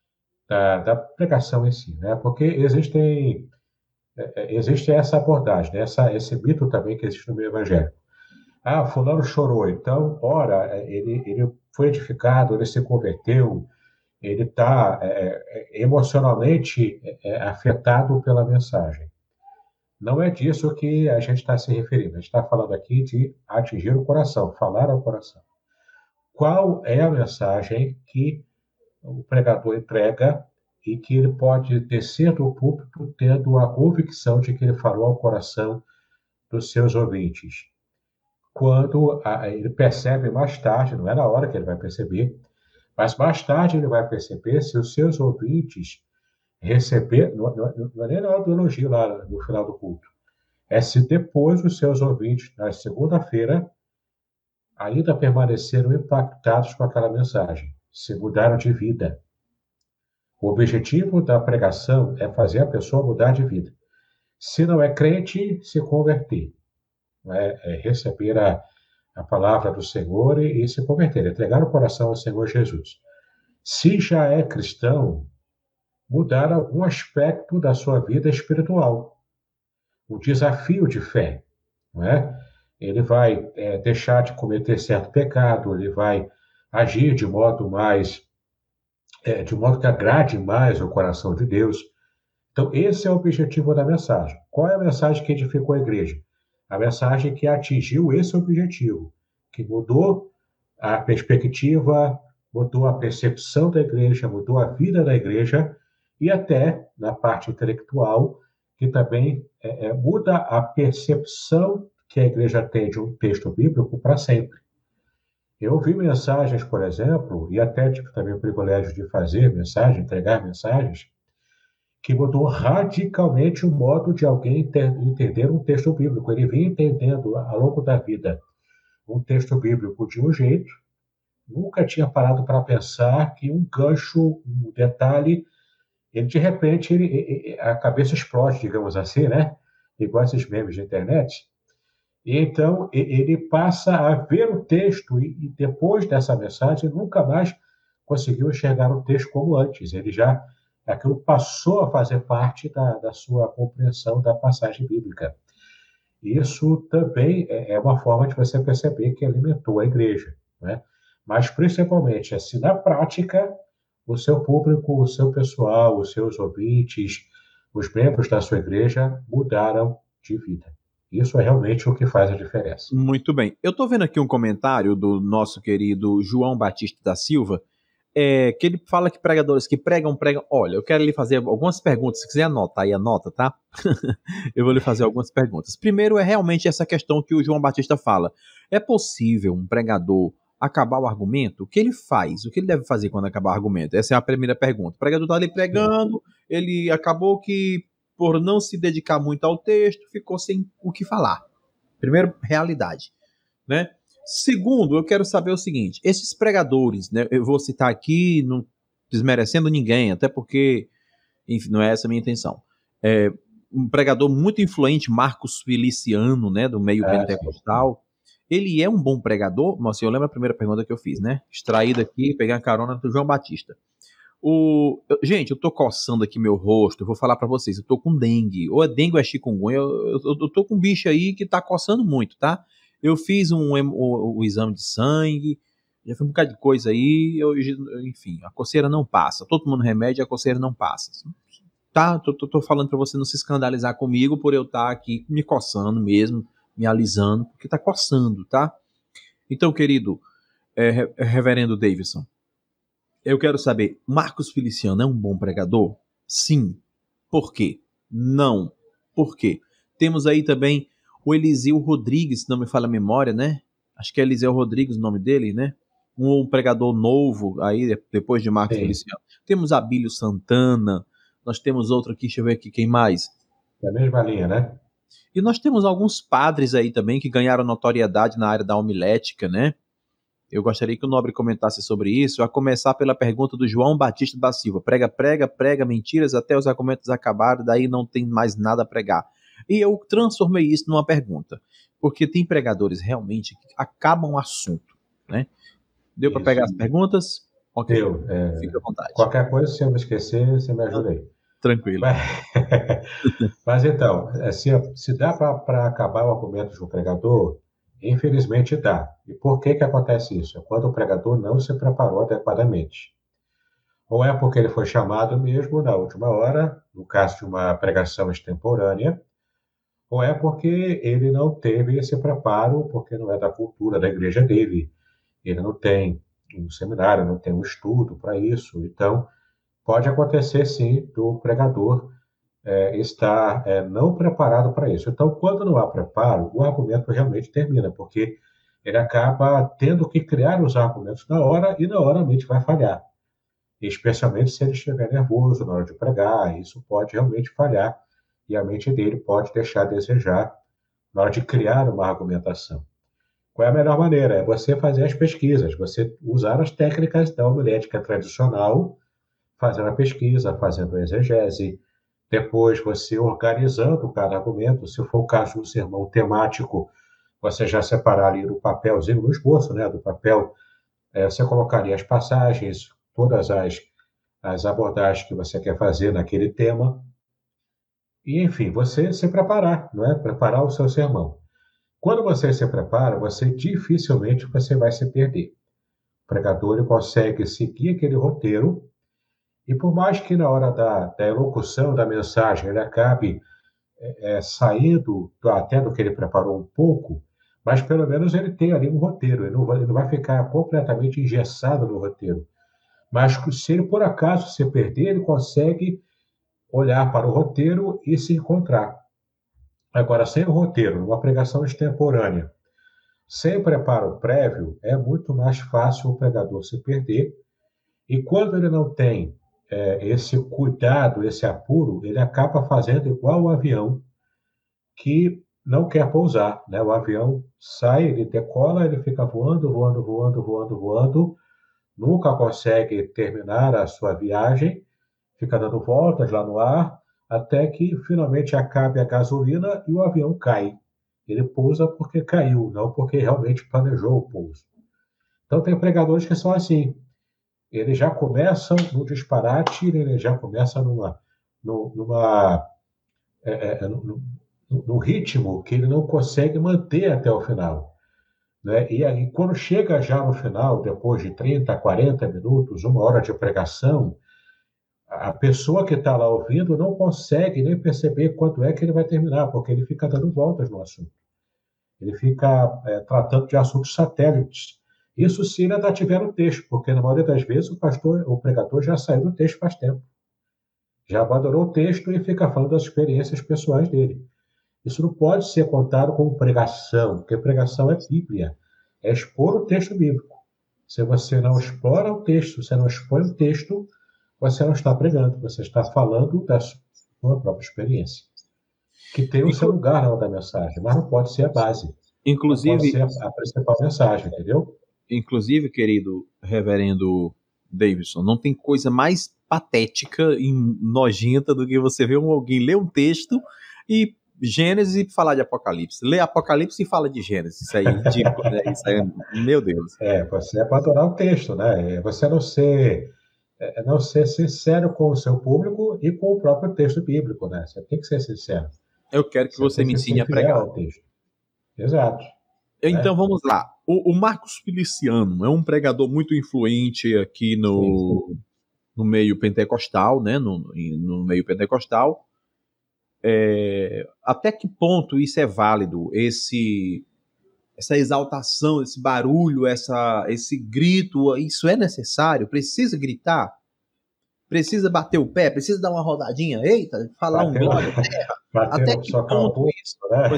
da, da pregação em si, né? Porque existem, é, existe essa abordagem, né? Essa, esse mito também que existe no meio evangélico. Ah, fulano chorou, então, ora, é, ele, ele foi edificado, ele se converteu, ele está é, é, emocionalmente é, é, afetado pela mensagem. Não é disso que a gente está se referindo. A gente está falando aqui de atingir o coração, falar ao coração. Qual é a mensagem que o pregador entrega e que ele pode descer do púlpito tendo a convicção de que ele falou ao coração dos seus ouvintes? Quando a, ele percebe mais tarde, não é na hora que ele vai perceber, mas mais tarde ele vai perceber se os seus ouvintes receber, não, não, não é nem na hora do elogio lá no final do culto, é se depois os seus ouvintes, na segunda-feira, ainda permaneceram impactados com aquela mensagem, se mudaram de vida. O objetivo da pregação é fazer a pessoa mudar de vida. Se não é crente, se converter. É, é receber a, a palavra do Senhor e, e se converter, entregar o coração ao Senhor Jesus. Se já é cristão, mudar algum aspecto da sua vida espiritual. O desafio de fé, não é? Ele vai é, deixar de cometer certo pecado, ele vai agir de modo mais, é, de modo que agrade mais o coração de Deus. Então, esse é o objetivo da mensagem. Qual é a mensagem que edificou a igreja? A mensagem que atingiu esse objetivo, que mudou a perspectiva, mudou a percepção da igreja, mudou a vida da igreja e até, na parte intelectual, que também é, é, muda a percepção que a igreja tem de um texto bíblico para sempre. Eu ouvi mensagens, por exemplo, e até tive também o privilégio de fazer mensagem, entregar mensagens, que mudou radicalmente o modo de alguém entender um texto bíblico. Ele vinha entendendo ao longo da vida um texto bíblico de um jeito, nunca tinha parado para pensar que um gancho, um detalhe, ele de repente ele, ele, a cabeça explode, digamos assim, né? Igual esses memes de internet. E então ele passa a ver o texto e depois dessa mensagem nunca mais conseguiu enxergar o texto como antes. Ele já aquilo passou a fazer parte da, da sua compreensão da passagem bíblica. Isso também é uma forma de você perceber que alimentou a igreja, né? Mas principalmente é se na prática o seu público, o seu pessoal, os seus ouvintes, os membros da sua igreja mudaram de vida. Isso é realmente o que faz a diferença. Muito bem. Eu estou vendo aqui um comentário do nosso querido João Batista da Silva. é, que ele fala que pregadores que pregam, pregam. Olha, eu quero lhe fazer algumas perguntas. Se quiser anotar aí, anota, tá? Eu vou lhe fazer algumas perguntas. Primeiro é realmente essa questão que o João Batista fala. É possível um pregador acabar o argumento? O que ele faz? O que ele deve fazer quando acabar o argumento? Essa é a primeira pergunta. O pregador está ali pregando, ele acabou que, por não se dedicar muito ao texto, ficou sem o que falar. Primeiro, realidade, né? Segundo, eu quero saber o seguinte, esses pregadores, né, eu vou citar aqui, não desmerecendo ninguém, até porque, enfim, não é essa a minha intenção. É, um pregador muito influente, Marcos Feliciano, né, do meio Ah, pentecostal, ele é um bom pregador? Nossa, eu lembro a primeira pergunta que eu fiz, né? Extraída aqui, peguei a carona do João Batista. O, eu, gente, eu tô coçando aqui meu rosto, eu vou falar pra vocês, eu tô com dengue, ou é dengue ou é chikungunya, eu, eu, eu tô com um bicho aí que tá coçando muito, tá? Eu fiz um, um, o, o exame de sangue, já foi um bocado de coisa aí, eu, enfim, a coceira não passa, tô tomando remédio e a coceira não passa, tá? Tô, tô, tô falando pra você não se escandalizar comigo por eu estar tá aqui me coçando mesmo, me alisando, porque tá coçando, tá? Então, querido, é, reverendo Davidson, eu quero saber, Marcos Feliciano é um bom pregador? Sim. Por quê? Não. Por quê? Temos aí também o Eliseu Rodrigues, se não me falha a memória, né? Acho que é Eliseu Rodrigues o nome dele, né? Um pregador novo aí, depois de Marcos sim. Feliciano. Temos Abílio Santana, nós temos outro aqui, deixa eu ver aqui, quem mais? É a mesma linha, né? E nós temos alguns padres aí também que ganharam notoriedade na área da homilética, né? Eu gostaria que o Nobre comentasse sobre isso, a começar pela pergunta do João Batista da Silva. Prega, prega, prega mentiras até os argumentos acabarem, daí não tem mais nada a pregar. E eu transformei isso numa pergunta, porque tem pregadores realmente que acabam o assunto, né? Deu para pegar as perguntas? Ok. Deu. É, Fica à vontade. Qualquer coisa, se eu me esquecer, você me ajuda aí. Tranquilo. Mas, mas então, se, se dá para acabar o argumento de um pregador, infelizmente dá. E por que que acontece isso? É quando o pregador não se preparou adequadamente. Ou é porque ele foi chamado mesmo na última hora, no caso de uma pregação extemporânea, ou é porque ele não teve esse preparo, porque não é da cultura da igreja dele. Ele não tem um seminário, não tem um estudo para isso. Então, pode acontecer sim do pregador é, estar é, não preparado para isso. Então, quando não há preparo, o argumento realmente termina, porque ele acaba tendo que criar os argumentos na hora e na hora a mente vai falhar. Especialmente se ele estiver nervoso na hora de pregar, isso pode realmente falhar e a mente dele pode deixar a desejar na hora de criar uma argumentação. Qual é a melhor maneira? É você fazer as pesquisas, você usar as técnicas da homilética tradicional, fazendo a pesquisa, fazendo a exegese, depois você organizando cada argumento, se for o caso de um sermão temático, você já separar ali no papelzinho, no esboço, né, do papel, é, você colocaria as passagens, todas as, as abordagens que você quer fazer naquele tema, e enfim, você se preparar, não é? Preparar o seu sermão. Quando você se prepara, você dificilmente você vai se perder. O pregador ele consegue seguir aquele roteiro e por mais que na hora da, da elocução da mensagem ele acabe é, é, saindo até do que ele preparou um pouco, mas pelo menos ele tem ali um roteiro, ele não vai, ele não vai ficar completamente engessado no roteiro. Mas se ele por acaso se perder, ele consegue olhar para o roteiro e se encontrar. Agora, sem o roteiro, uma pregação extemporânea, sem preparo prévio, é muito mais fácil o pregador se perder. E quando ele não tem é, esse cuidado, esse apuro, ele acaba fazendo igual o avião que não quer pousar, né? O avião sai, ele decola, ele fica voando, voando, voando, voando, voando, nunca consegue terminar a sua viagem, fica dando voltas lá no ar, até que finalmente acabe a gasolina e o avião cai. Ele pousa porque caiu, não porque realmente planejou o pouso. Então tem pregadores que são assim. Eles já começam no disparate, ele já começa numa, numa, é, é, no, no ritmo que ele não consegue manter até o final. Né? E aí, quando chega já no final, depois de trinta, quarenta minutos, uma hora de pregação, a pessoa que está lá ouvindo não consegue nem perceber quando é que ele vai terminar, porque ele fica dando voltas no assunto. Ele fica é, tratando de assuntos satélites. Isso se ele ainda tiver no texto, porque na maioria das vezes o pastor, o pregador já saiu do texto faz tempo. Já abandonou o texto e fica falando das experiências pessoais dele. Isso não pode ser contado como pregação, porque pregação é Bíblia, é expor o texto bíblico. Se você não explora o texto, você não expõe o texto, você não está pregando, você está falando da sua própria experiência. Que tem o seu lugar na hora da mensagem, mas não pode ser a base. Inclusive, não pode ser a, a principal mensagem, entendeu? Inclusive, querido reverendo Davidson, não tem coisa mais patética e nojenta do que você ver alguém ler um texto e Gênesis e falar de Apocalipse. Lê Apocalipse e fala de Gênesis. Isso aí, tipo, né? Isso aí, meu Deus. É, você é para adorar o texto, né? É você não ser, é não ser sincero com o seu público e com o próprio texto bíblico, né? Você tem que ser sincero. Eu quero que você, você me ensine a pregar. Ao texto. Exato. Então, né? Vamos lá. O, o Marcos Feliciano é um pregador muito influente aqui no, sim, sim. no meio pentecostal, né? No, no meio pentecostal. É, até que ponto isso é válido? Esse, essa exaltação, esse barulho, essa, esse grito, isso é necessário? Precisa gritar? Precisa bater o pé? Precisa dar uma rodadinha? Eita, falar bater, um glória? Até que ponto isso?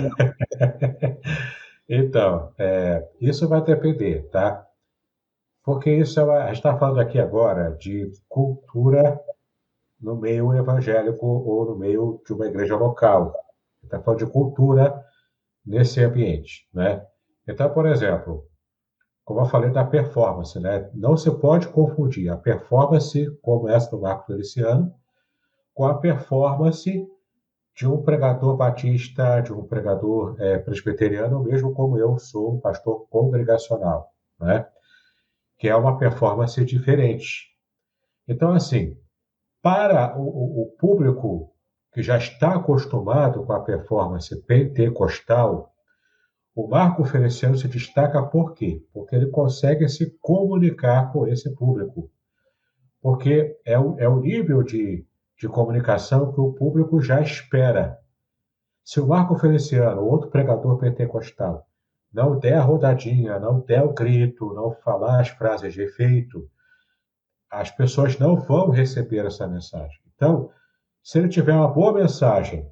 Né? Então, é, isso vai depender, tá? Porque isso é uma, a gente está falando aqui agora de cultura no meio evangélico ou no meio de uma igreja local. Está falando de cultura nesse ambiente, né? Então, por exemplo, como eu falei da performance, né? Não se pode confundir a performance como essa do Marco Feliciano com a performance de um pregador batista, de um pregador é, presbiteriano, mesmo como eu sou um pastor congregacional, né? Que é uma performance diferente. Então, assim, para o, o público que já está acostumado com a performance pentecostal, o Marco Feliciano se destaca por quê? Porque ele consegue se comunicar com esse público. Porque é o, é o nível de, de comunicação que o público já espera. Se o Marco Feliciano, outro pregador pentecostal, não der a rodadinha, não der o grito, não falar as frases de efeito, as pessoas não vão receber essa mensagem. Então, se ele tiver uma boa mensagem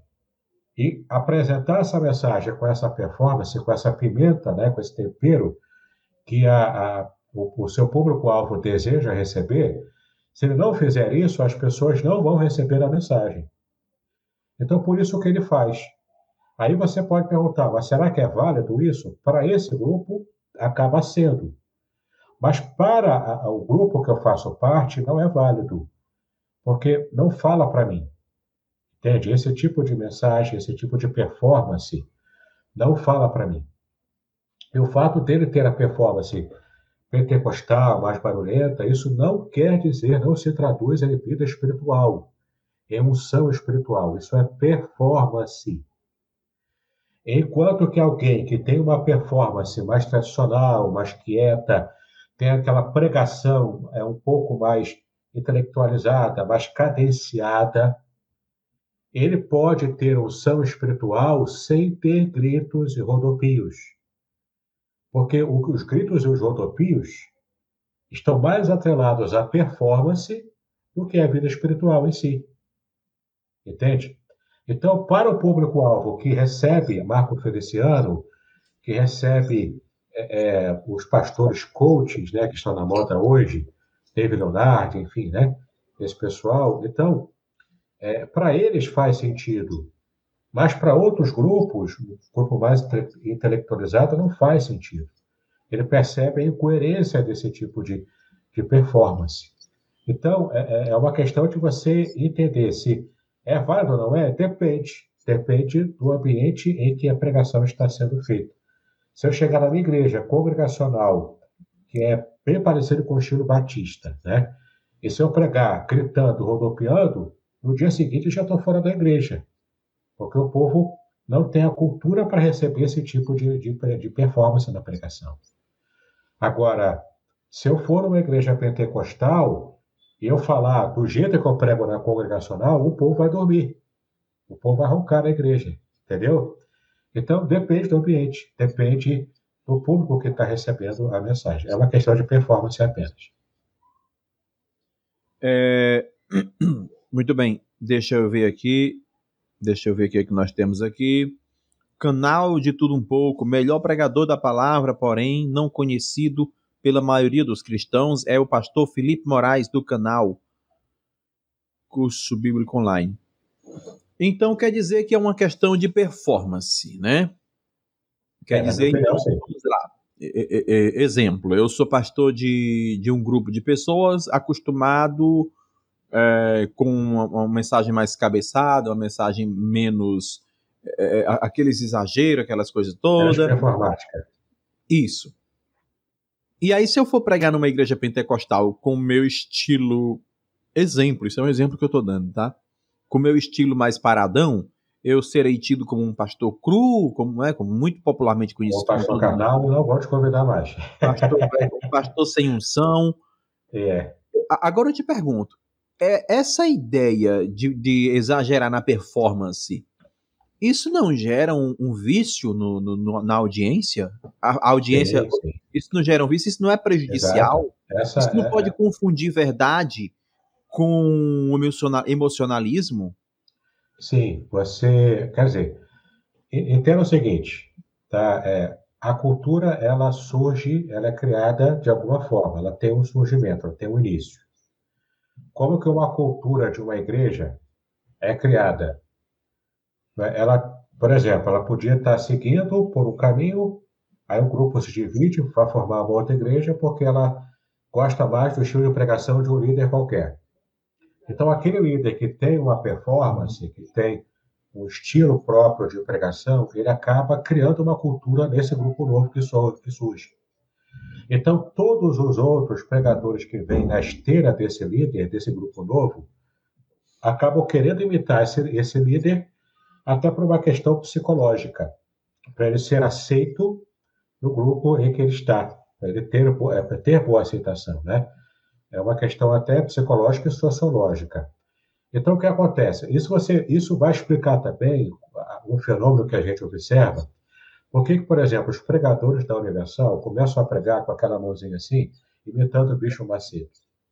e apresentar essa mensagem com essa performance, com essa pimenta, né, com esse tempero que a, a, o, o seu público-alvo deseja receber, se ele não fizer isso, as pessoas não vão receber a mensagem. Então, por isso o que ele faz? Aí você pode perguntar, mas será que é válido isso? Para esse grupo, acaba sendo. Mas para a, o grupo que eu faço parte, não é válido. Porque não fala para mim. Entende? Esse tipo de mensagem, esse tipo de performance, não fala para mim. E o fato dele ter a performance pentecostal, mais barulhenta, isso não quer dizer, não se traduz em vida espiritual, em unção espiritual. Isso é performance. Enquanto que alguém que tem uma performance mais tradicional, mais quieta, tem aquela pregação é um pouco mais intelectualizada, mais cadenciada, ele pode ter unção espiritual sem ter gritos e rodopios. Porque os gritos e os rodopios estão mais atrelados à performance do que à vida espiritual em si. Entende? Então, para o público-alvo que recebe Marco Feliciano, que recebe é, é, os pastores coaches, né, que estão na moda hoje, David Leonardo, enfim, né, esse pessoal, então, é, para eles faz sentido. Mas para outros grupos, um grupo mais intelectualizado, não faz sentido. Ele percebe a incoerência desse tipo de, de performance. Então, é, é uma questão de você entender se é válido ou não é? Depende. Depende do ambiente em que a pregação está sendo feita. Se eu chegar na minha igreja congregacional, que é bem parecido com o estilo batista, né? E se eu pregar gritando, rodopiando, no dia seguinte eu já estou fora da igreja. Porque o povo não tem a cultura para receber esse tipo de, de, de performance na pregação. Agora, se eu for numa igreja pentecostal e eu falar do jeito que eu prego na congregacional, o povo vai dormir. O povo vai roncar na igreja, entendeu? Então, depende do ambiente, depende do público que está recebendo a mensagem. É uma questão de performance apenas. É... Muito bem, deixa eu ver aqui, deixa eu ver o que, é que nós temos aqui. Canal de Tudo Um Pouco, melhor pregador da palavra, porém não conhecido pela maioria dos cristãos, é o pastor Felipe Moraes, do canal Curso Bíblico Online. Então quer dizer que é uma questão de performance, né? Quer É, dizer, opinião, então, vamos lá. É, é, é, exemplo, eu sou pastor de, de um grupo de pessoas acostumado é, com uma, uma mensagem mais cabeçada, uma mensagem menos... É, aqueles exageros, aquelas coisas todas. É performática. Isso. E aí, se eu for pregar numa igreja pentecostal com o meu estilo... Exemplo, isso é um exemplo que eu estou dando, tá? Com o meu estilo mais paradão, eu serei tido como um pastor cru, como, é, como muito popularmente conhecido. O pastor carnal, não vou te convidar mais. Pastor, um pastor sem unção. É. Agora eu te pergunto, é, essa ideia de, de exagerar na performance, isso não gera um, um vício no, no, na audiência? A, a audiência, sim, sim. Isso não gera um vício? Isso não é prejudicial? Essa isso não é, pode é... confundir verdade com emocionalismo? Sim, você, quer dizer, entenda o seguinte, tá? É, a cultura, ela surge, ela é criada de alguma forma, ela tem um surgimento, ela tem um início. Como que uma cultura de uma igreja é criada? Ela, por exemplo, ela podia estar seguindo por um caminho, aí o grupo se divide para formar uma outra igreja porque ela gosta mais do estilo de pregação de um líder qualquer. Então, aquele líder que tem uma performance, que tem um estilo próprio de pregação, ele acaba criando uma cultura nesse grupo novo que surge. Então, todos os outros pregadores que vêm na esteira desse líder, desse grupo novo, acabam querendo imitar esse, esse líder até por uma questão psicológica, para ele ser aceito no grupo em que ele está, para ele ter, é, ter boa aceitação, né? É uma questão até psicológica e sociológica. Então, o que acontece? Isso, você, isso vai explicar também um fenômeno que a gente observa. Por que, por exemplo, os pregadores da Universal começam a pregar com aquela mãozinha assim, imitando o Bicho Macedo?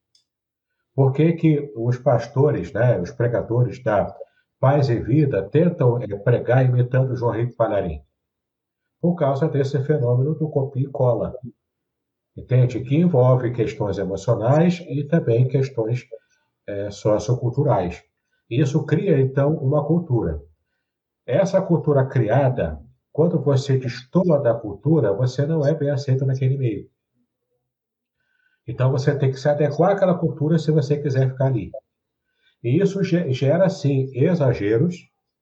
Por que, que os pastores, né, os pregadores da Paz e Vida tentam pregar imitando o João Henrique Palharim? Por causa desse fenômeno do copia e cola. Entende? Que envolve questões emocionais e também questões é, socioculturais. Isso cria, então, uma cultura. Essa cultura criada, quando você destoa da cultura, você não é bem aceito naquele meio. Então, você tem que se adequar àquela cultura se você quiser ficar ali. E isso gera, sim, exageros,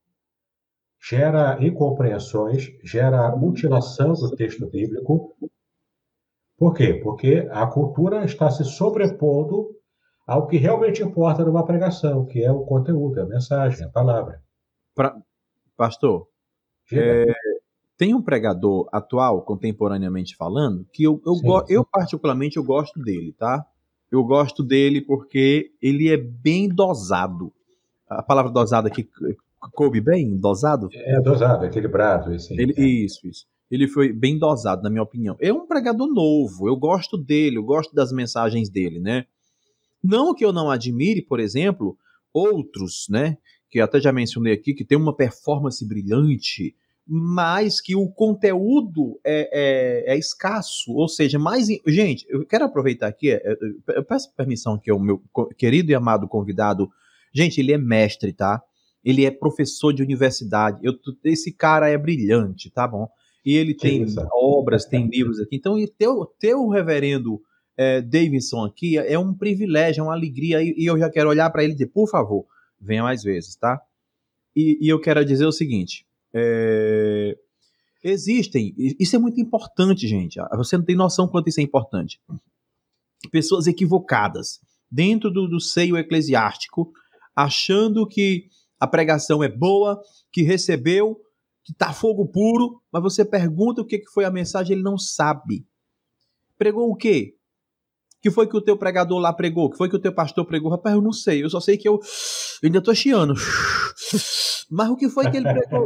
gera incompreensões, gera mutilação do texto bíblico. Por quê? Porque a cultura está se sobrepondo ao que realmente importa numa pregação, que é o conteúdo, a mensagem, a palavra. Pra, pastor, é, tem um pregador atual, contemporaneamente falando, que eu, eu, sim, go, sim. eu particularmente eu gosto dele, tá? Eu gosto dele porque ele é bem dosado. A palavra dosado aqui coube bem? Dosado? É dosado, equilibrado. Assim, ele, é. Isso, isso. Ele foi bem dosado, na minha opinião. É um pregador novo, eu gosto dele, eu gosto das mensagens dele, né? Não que eu não admire, por exemplo, outros, né? Que eu até já mencionei aqui, que tem uma performance brilhante, mas que o conteúdo é, é, é escasso, ou seja, mais... Gente, eu quero aproveitar aqui, eu peço permissão aqui ao meu querido e amado convidado. Gente, ele é mestre, tá? Ele é professor de universidade. Eu, esse cara é brilhante, tá bom? E ele tem isso. obras, tem livros aqui. Então, ter, ter o reverendo é, Davidson aqui é um privilégio, é uma alegria. E, e eu já quero olhar para ele e dizer, por favor, venha mais vezes, tá? E, e eu quero dizer o seguinte... É, existem, isso é muito importante, gente. Você não tem noção quanto isso é importante. Pessoas equivocadas dentro do, do seio eclesiástico, achando que a pregação é boa, que recebeu, que tá fogo puro, mas você pergunta o que foi a mensagem, ele não sabe. Pregou o quê? Que foi que o teu pregador lá pregou? Que foi que o teu pastor pregou? Rapaz, eu não sei, eu só sei que eu, eu ainda tô chiando. Mas o que foi que ele pregou?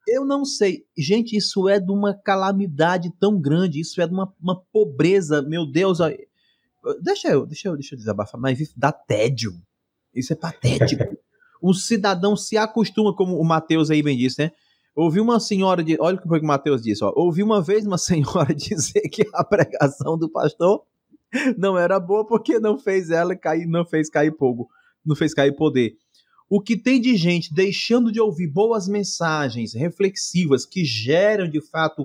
Eu não sei. Gente, isso é de uma calamidade tão grande, isso é de uma, uma pobreza, meu Deus. Deixa eu, deixa eu, deixa eu desabafar, mas isso dá tédio. Isso é patético. O cidadão se acostuma, como o Mateus aí bem disse, né? Ouvi uma senhora, de, olha o que foi que o Mateus disse, ó. Ouvi uma vez uma senhora dizer que a pregação do pastor não era boa porque não fez ela cair, não fez cair fogo, não fez cair poder. O que tem de gente deixando de ouvir boas mensagens reflexivas que geram, de fato,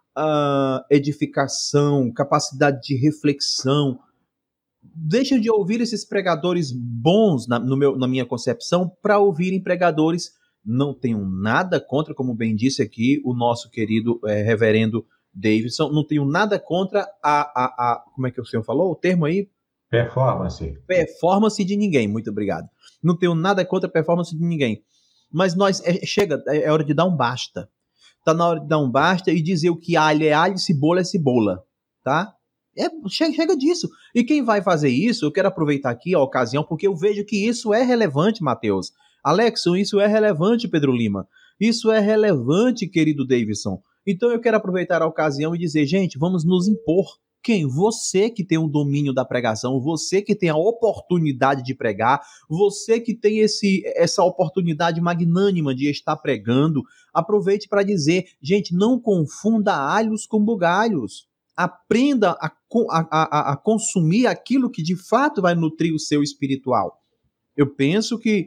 uh, edificação, capacidade de reflexão, deixam de ouvir esses pregadores bons, na, no meu, na minha concepção, para ouvirem pregadores. Não tenho nada contra, como bem disse aqui o nosso querido é, reverendo Davidson, não tenho nada contra a, a, a... Como é que o senhor falou? O termo aí? Performance. Performance de ninguém, muito obrigado. Não tenho nada contra a performance de ninguém. Mas nós, é, chega, é hora de dar um basta. Tá na hora de dar um basta e dizer o que alho é alho, cebola é cebola, tá? É, chega, chega disso. E quem vai fazer isso, eu quero aproveitar aqui a ocasião, porque eu vejo que isso é relevante, Mateus. Alexson, isso é relevante, Pedro Lima. Isso é relevante, querido Davidson. Então eu quero aproveitar a ocasião e dizer, gente, vamos nos impor. Quem? Você que tem o domínio da pregação, você que tem a oportunidade de pregar, você que tem esse, essa oportunidade magnânima de estar pregando, aproveite para dizer, gente, não confunda alhos com bugalhos. Aprenda a, a, a, a consumir aquilo que de fato vai nutrir o seu espiritual. Eu penso que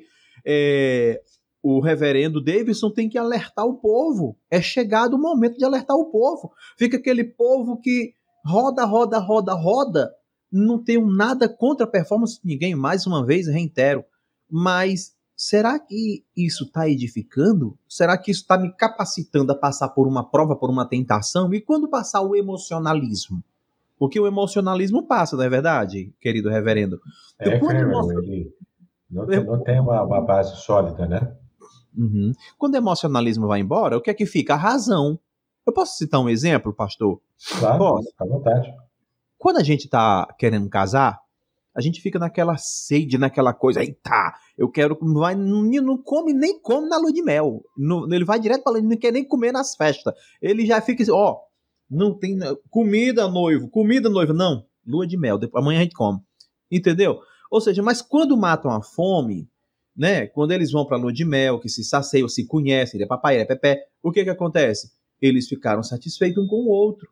é, o reverendo Davidson tem que alertar o povo. É chegado o momento de alertar o povo. Fica aquele povo que roda, roda, roda, roda. Não tenho nada contra a performance de ninguém, mais uma vez, reitero. Mas será que isso está edificando? Será que isso está me capacitando a passar por uma prova, por uma tentação? E quando passar o emocionalismo? Porque o emocionalismo passa, não é verdade, querido reverendo? Então, é, quando emocion... ele não tem, não tem uma, uma base sólida, né? Uhum. Quando o emocionalismo vai embora, o que é que fica? A razão. Eu posso citar um exemplo, pastor? Claro, posso. Fica à vontade. Quando a gente está querendo casar, a gente fica naquela sede, naquela coisa, eita, eu quero, não, vai, não, não come nem come na lua de mel, não, ele vai direto para ele, não quer nem comer nas festas, ele já fica assim, ó, não tem comida, noivo, comida, noivo, não, lua de mel, depois, amanhã a gente come, entendeu? Ou seja, mas quando matam a fome, né, quando eles vão para a lua de mel, que se saciam, se conhecem, ele é papai, ele é pepé, o que que acontece? Eles ficaram satisfeitos um com o outro,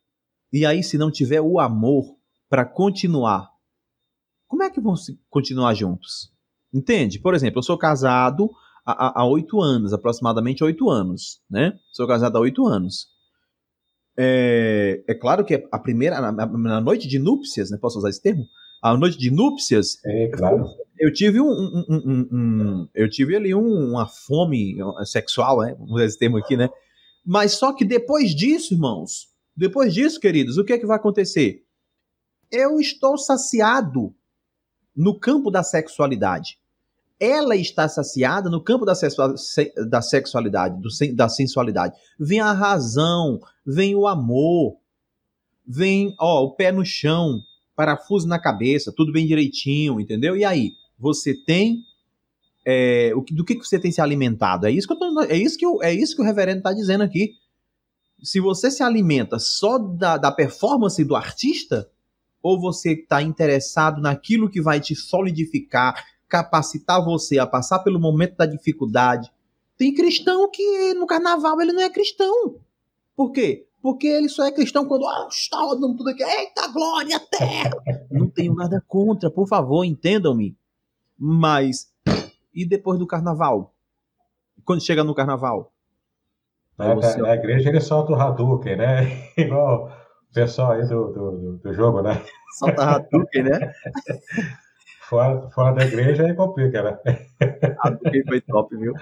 e aí se não tiver o amor para continuar, como é que vão continuar juntos? Entende? Por exemplo, eu sou casado há oito anos, aproximadamente oito anos, né? Sou casado há oito anos. É, é claro que a primeira, na, na noite de núpcias, né? Posso usar esse termo? A noite de núpcias, é claro. Eu tive um, um, um, um, um eu tive ali um, uma fome sexual, né? Vamos usar esse termo aqui, né? Mas só que depois disso, irmãos, depois disso, queridos, o que é que vai acontecer? Eu estou saciado no campo da sexualidade. Ela está saciada no campo da, sexual, da sexualidade, do, da sensualidade. Vem a razão, vem o amor, vem ó, o pé no chão, parafuso na cabeça, tudo bem direitinho, entendeu? E aí, você tem... É, o, do que você tem se alimentado? É isso que, eu tô, é isso que, eu, é isso que o reverendo está dizendo aqui. Se você se alimenta só da, da performance do artista, ou você está interessado naquilo que vai te solidificar, capacitar você a passar pelo momento da dificuldade. Tem cristão que no carnaval ele não é cristão. Por quê? Porque ele só é cristão quando oh, está rodando tudo aqui. Eita, glória, terra! Não tenho nada contra, por favor, entendam-me. Mas, e depois do carnaval? Quando chega no carnaval? Na, você... na igreja ele solta o Hadouken, né? Igual o pessoal aí do, do, do jogo, né? Solta Hadouken, né? Fora, fora da igreja aí complica, né? Hadouken foi top, viu?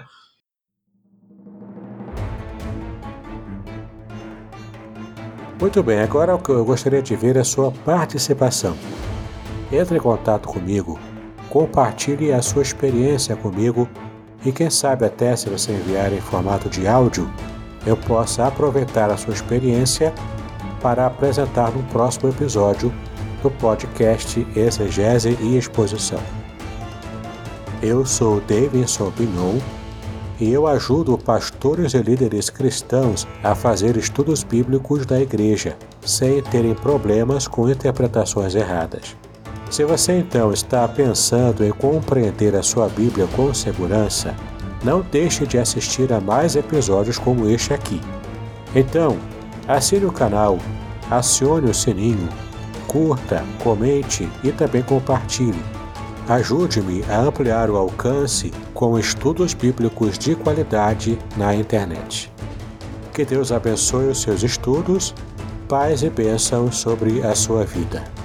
Muito bem, agora o que eu gostaria de ver é a sua participação. Entre em contato comigo, compartilhe a sua experiência comigo e quem sabe até se você enviar em formato de áudio, eu possa aproveitar a sua experiência para apresentar no próximo episódio do podcast Exegese e Exposição. Eu sou Davidson Pignon e eu ajudo pastores e líderes cristãos a fazer estudos bíblicos da igreja, sem terem problemas com interpretações erradas. Se você então está pensando em compreender a sua Bíblia com segurança, não deixe de assistir a mais episódios como este aqui. Então, assine o canal, acione o sininho, curta, comente e também compartilhe. Ajude-me a ampliar o alcance com estudos bíblicos de qualidade na internet. Que Deus abençoe os seus estudos, paz e bênçãos sobre a sua vida.